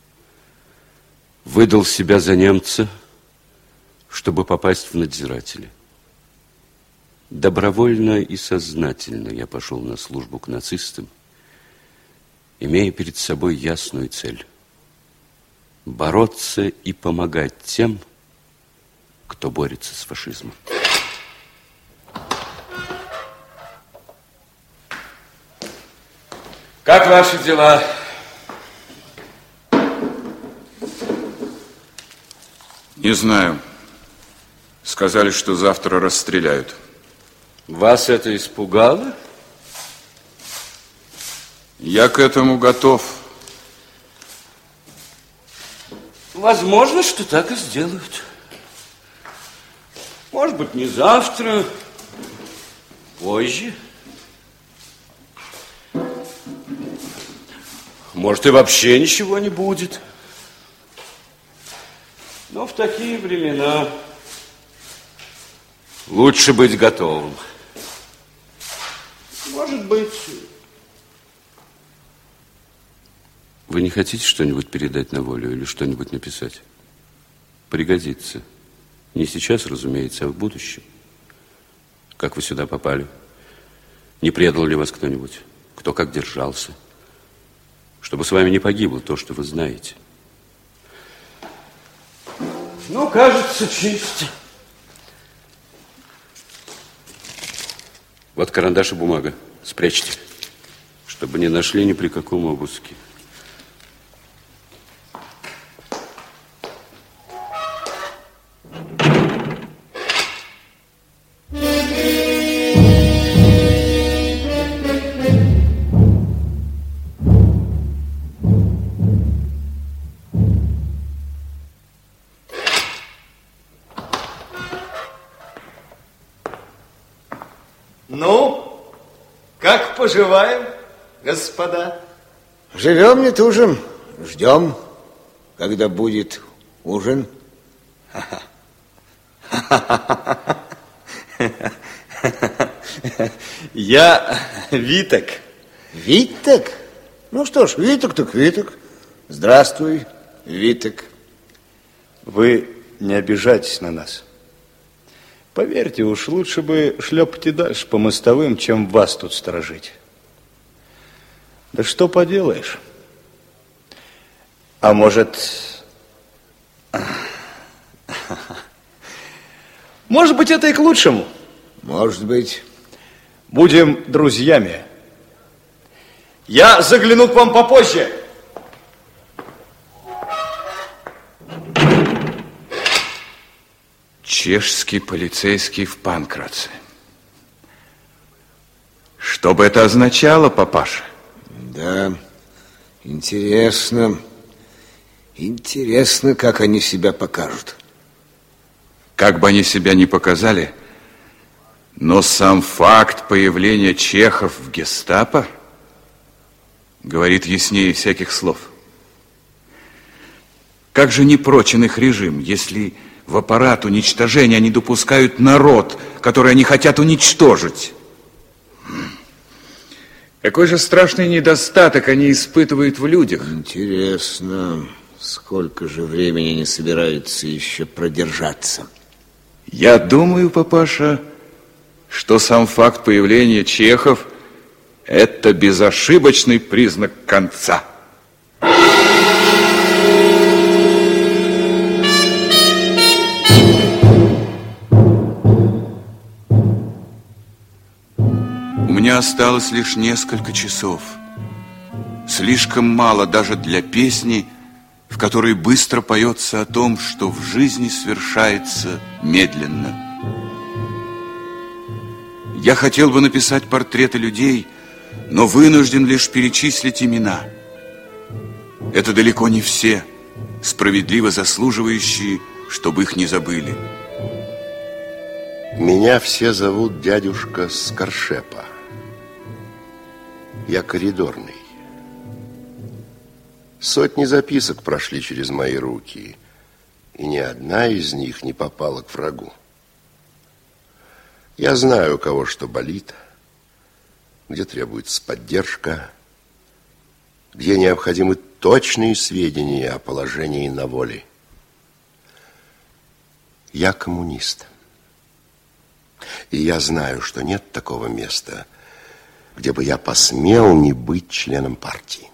Выдал себя за немца, чтобы попасть в надзиратели. Добровольно и сознательно я пошел на службу к нацистам, имея перед собой ясную цель – бороться и помогать тем, кто борется с фашизмом. Как ваши дела? Не знаю. Сказали, что завтра расстреляют. Вас это испугало? Я к этому готов. Возможно, что так и сделают. Может быть, не завтра, позже. Может, и вообще ничего не будет. Но в такие времена лучше быть готовым. Может быть... Вы не хотите что-нибудь передать на волю или что-нибудь написать? Пригодится. Не сейчас, разумеется, а в будущем. Как вы сюда попали? Не предал ли вас кто-нибудь? Кто как держался? Чтобы с вами не погибло то, что вы знаете. Ну, кажется, чисто. Вот карандаш и бумага. Спрячьте, чтобы не нашли ни при каком обыске. Ну, как поживаем, господа? Живем, не тужим, ждем, когда будет ужин. Я Витек. Витек? Ну что ж, Витек так Витек. Здравствуй, Витек. Вы не обижайтесь на нас. Поверьте, уж лучше бы шлепать и дальше по мостовым, чем вас тут сторожить. Да что поделаешь? А может... Может быть, это и к лучшему. Может быть. Будем друзьями. Я загляну к вам попозже. Чешский полицейский в Панкраце. Что бы это означало, папаша? Да, интересно. Интересно, как они себя покажут. Как бы они себя ни показали, но сам факт появления чехов в гестапо говорит яснее всяких слов. Как же не прочен их режим, если в аппарат уничтожения они допускают народ, который они хотят уничтожить? Какой же страшный недостаток они испытывают в людях? Интересно, сколько же времени они собираются еще продержаться? Я думаю, папаша, что сам факт появления чехов – это безошибочный признак конца. У меня осталось лишь несколько часов. Слишком мало даже для песни, в которой быстро поется о том, что в жизни свершается медленно. Я хотел бы написать портреты людей, но вынужден лишь перечислить имена. Это далеко не все, справедливо заслуживающие, чтобы их не забыли. Меня все зовут дядюшка Скоршепа. Я коридорный. Сотни записок прошли через мои руки, и ни одна из них не попала к врагу. Я знаю, у кого что болит, где требуется поддержка, где необходимы точные сведения о положении на воле. Я коммунист. И я знаю, что нет такого места, где бы я посмел не быть членом партии.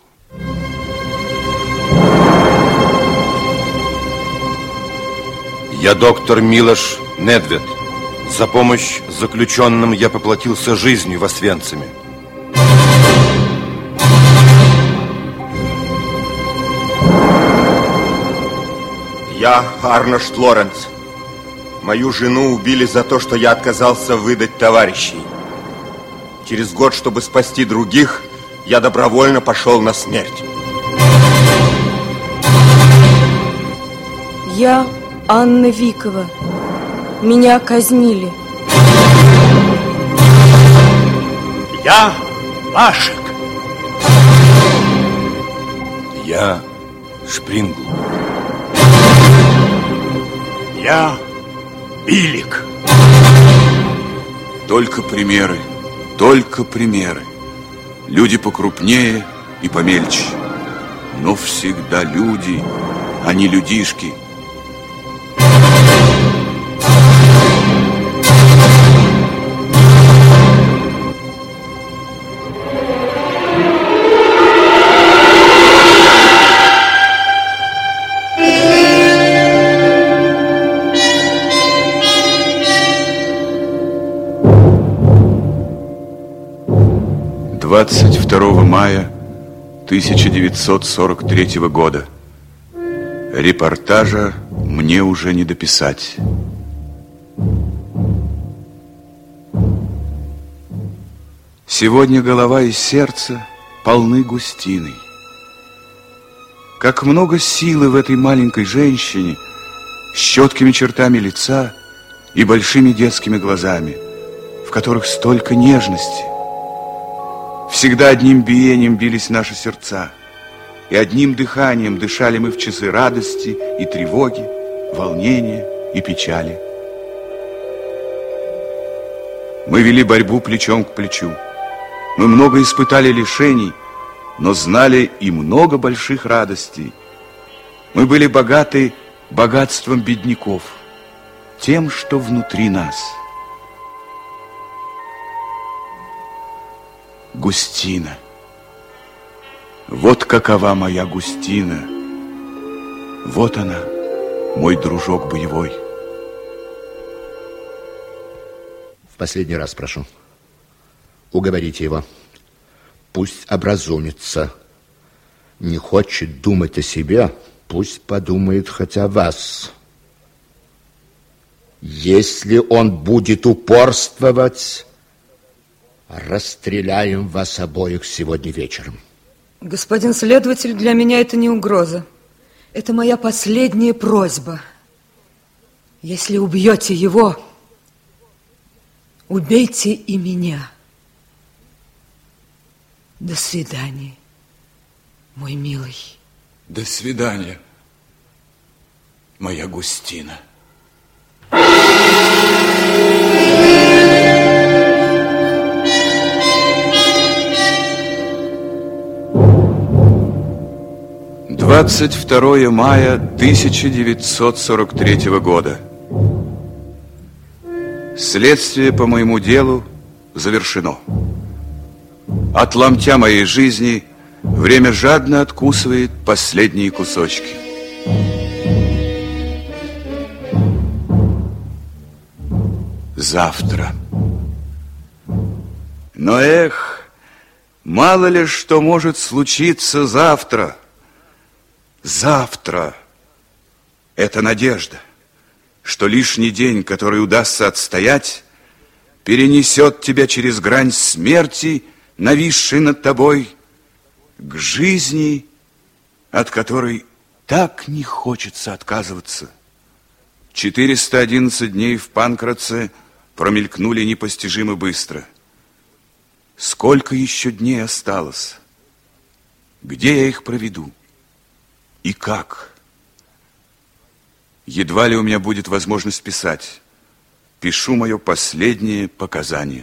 Я доктор Милош Недвед. За помощь заключенным я поплатился жизнью в Освенциме. Я Арнольд Лоренц. Мою жену убили за то, что я отказался выдать товарищей. Через год, чтобы спасти других, я добровольно пошел на смерть. Я Анна Викова. Меня казнили. Я Лашек. Я Шпрингл. Я Билик. Только примеры, только примеры. Люди покрупнее и помельче, но всегда люди, а не людишки. «22 мая 1943 года. Репортажа мне уже не дописать. Сегодня голова и сердце полны густиной. Как много силы в этой маленькой женщине с четкими чертами лица и большими детскими глазами, в которых столько нежности. Всегда одним биением бились наши сердца, и одним дыханием дышали мы в часы радости и тревоги, волнения и печали. Мы вели борьбу плечом к плечу. Мы много испытали лишений, но знали и много больших радостей. Мы были богаты богатством бедняков, тем, что внутри нас. Густина. Вот какова моя Густина. Вот она, мой дружок боевой. последний раз прошу. Уговорите его. Пусть образумится. Не хочет думать о себе, пусть подумает хотя о вас. Если он будет упорствовать, расстреляем вас обоих сегодня вечером. Господин следователь, для меня это не угроза. Это моя последняя просьба. Если убьете его, убейте и меня. До свидания, мой милый. До свидания, моя Густина. Двадцать 22 мая 1943 года. Следствие по моему делу завершено. От ломтя моей жизни время жадно откусывает последние кусочки. Завтра. Но мало ли что может случиться завтра. Завтра – это надежда, что лишний день, который удастся отстоять, перенесет тебя через грань смерти, нависшей над тобой, к жизни, от которой так не хочется отказываться. 411 дней в Панкратце промелькнули непостижимо быстро. Сколько еще дней осталось? Где я их проведу? И как? Едва ли у меня будет возможность писать. Пишу мое последнее показание.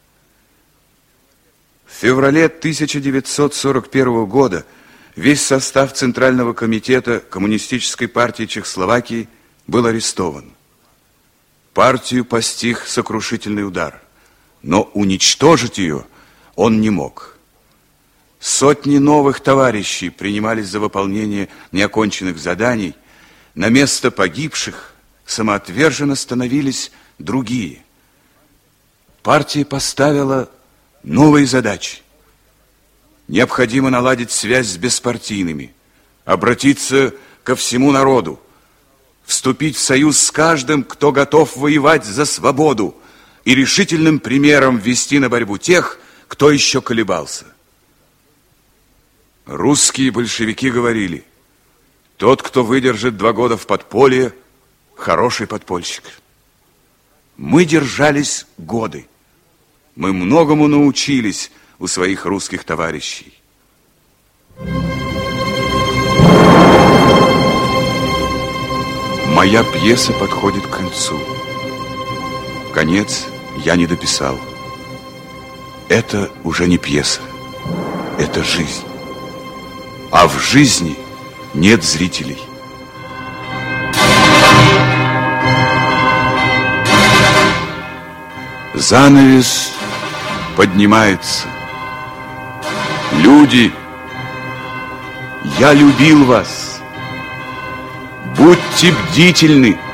В феврале 1941 года весь состав Центрального комитета Коммунистической партии Чехословакии был арестован. Партию постиг сокрушительный удар, но уничтожить ее он не мог. Сотни новых товарищей принимались за выполнение неоконченных заданий. На место погибших самоотверженно становились другие. Партия поставила новые задачи. Необходимо наладить связь с беспартийными, обратиться ко всему народу, вступить в союз с каждым, кто готов воевать за свободу, и решительным примером ввести на борьбу тех, кто еще колебался. Русские большевики говорили: тот, кто выдержит 2 года в подполье, хороший подпольщик. Мы держались годы. Мы многому научились у своих русских товарищей. Моя пьеса подходит к концу. Конец я не дописал. Это уже не пьеса, это жизнь. А в жизни нет зрителей. Занавес поднимается. Люди, я любил вас. Будьте бдительны.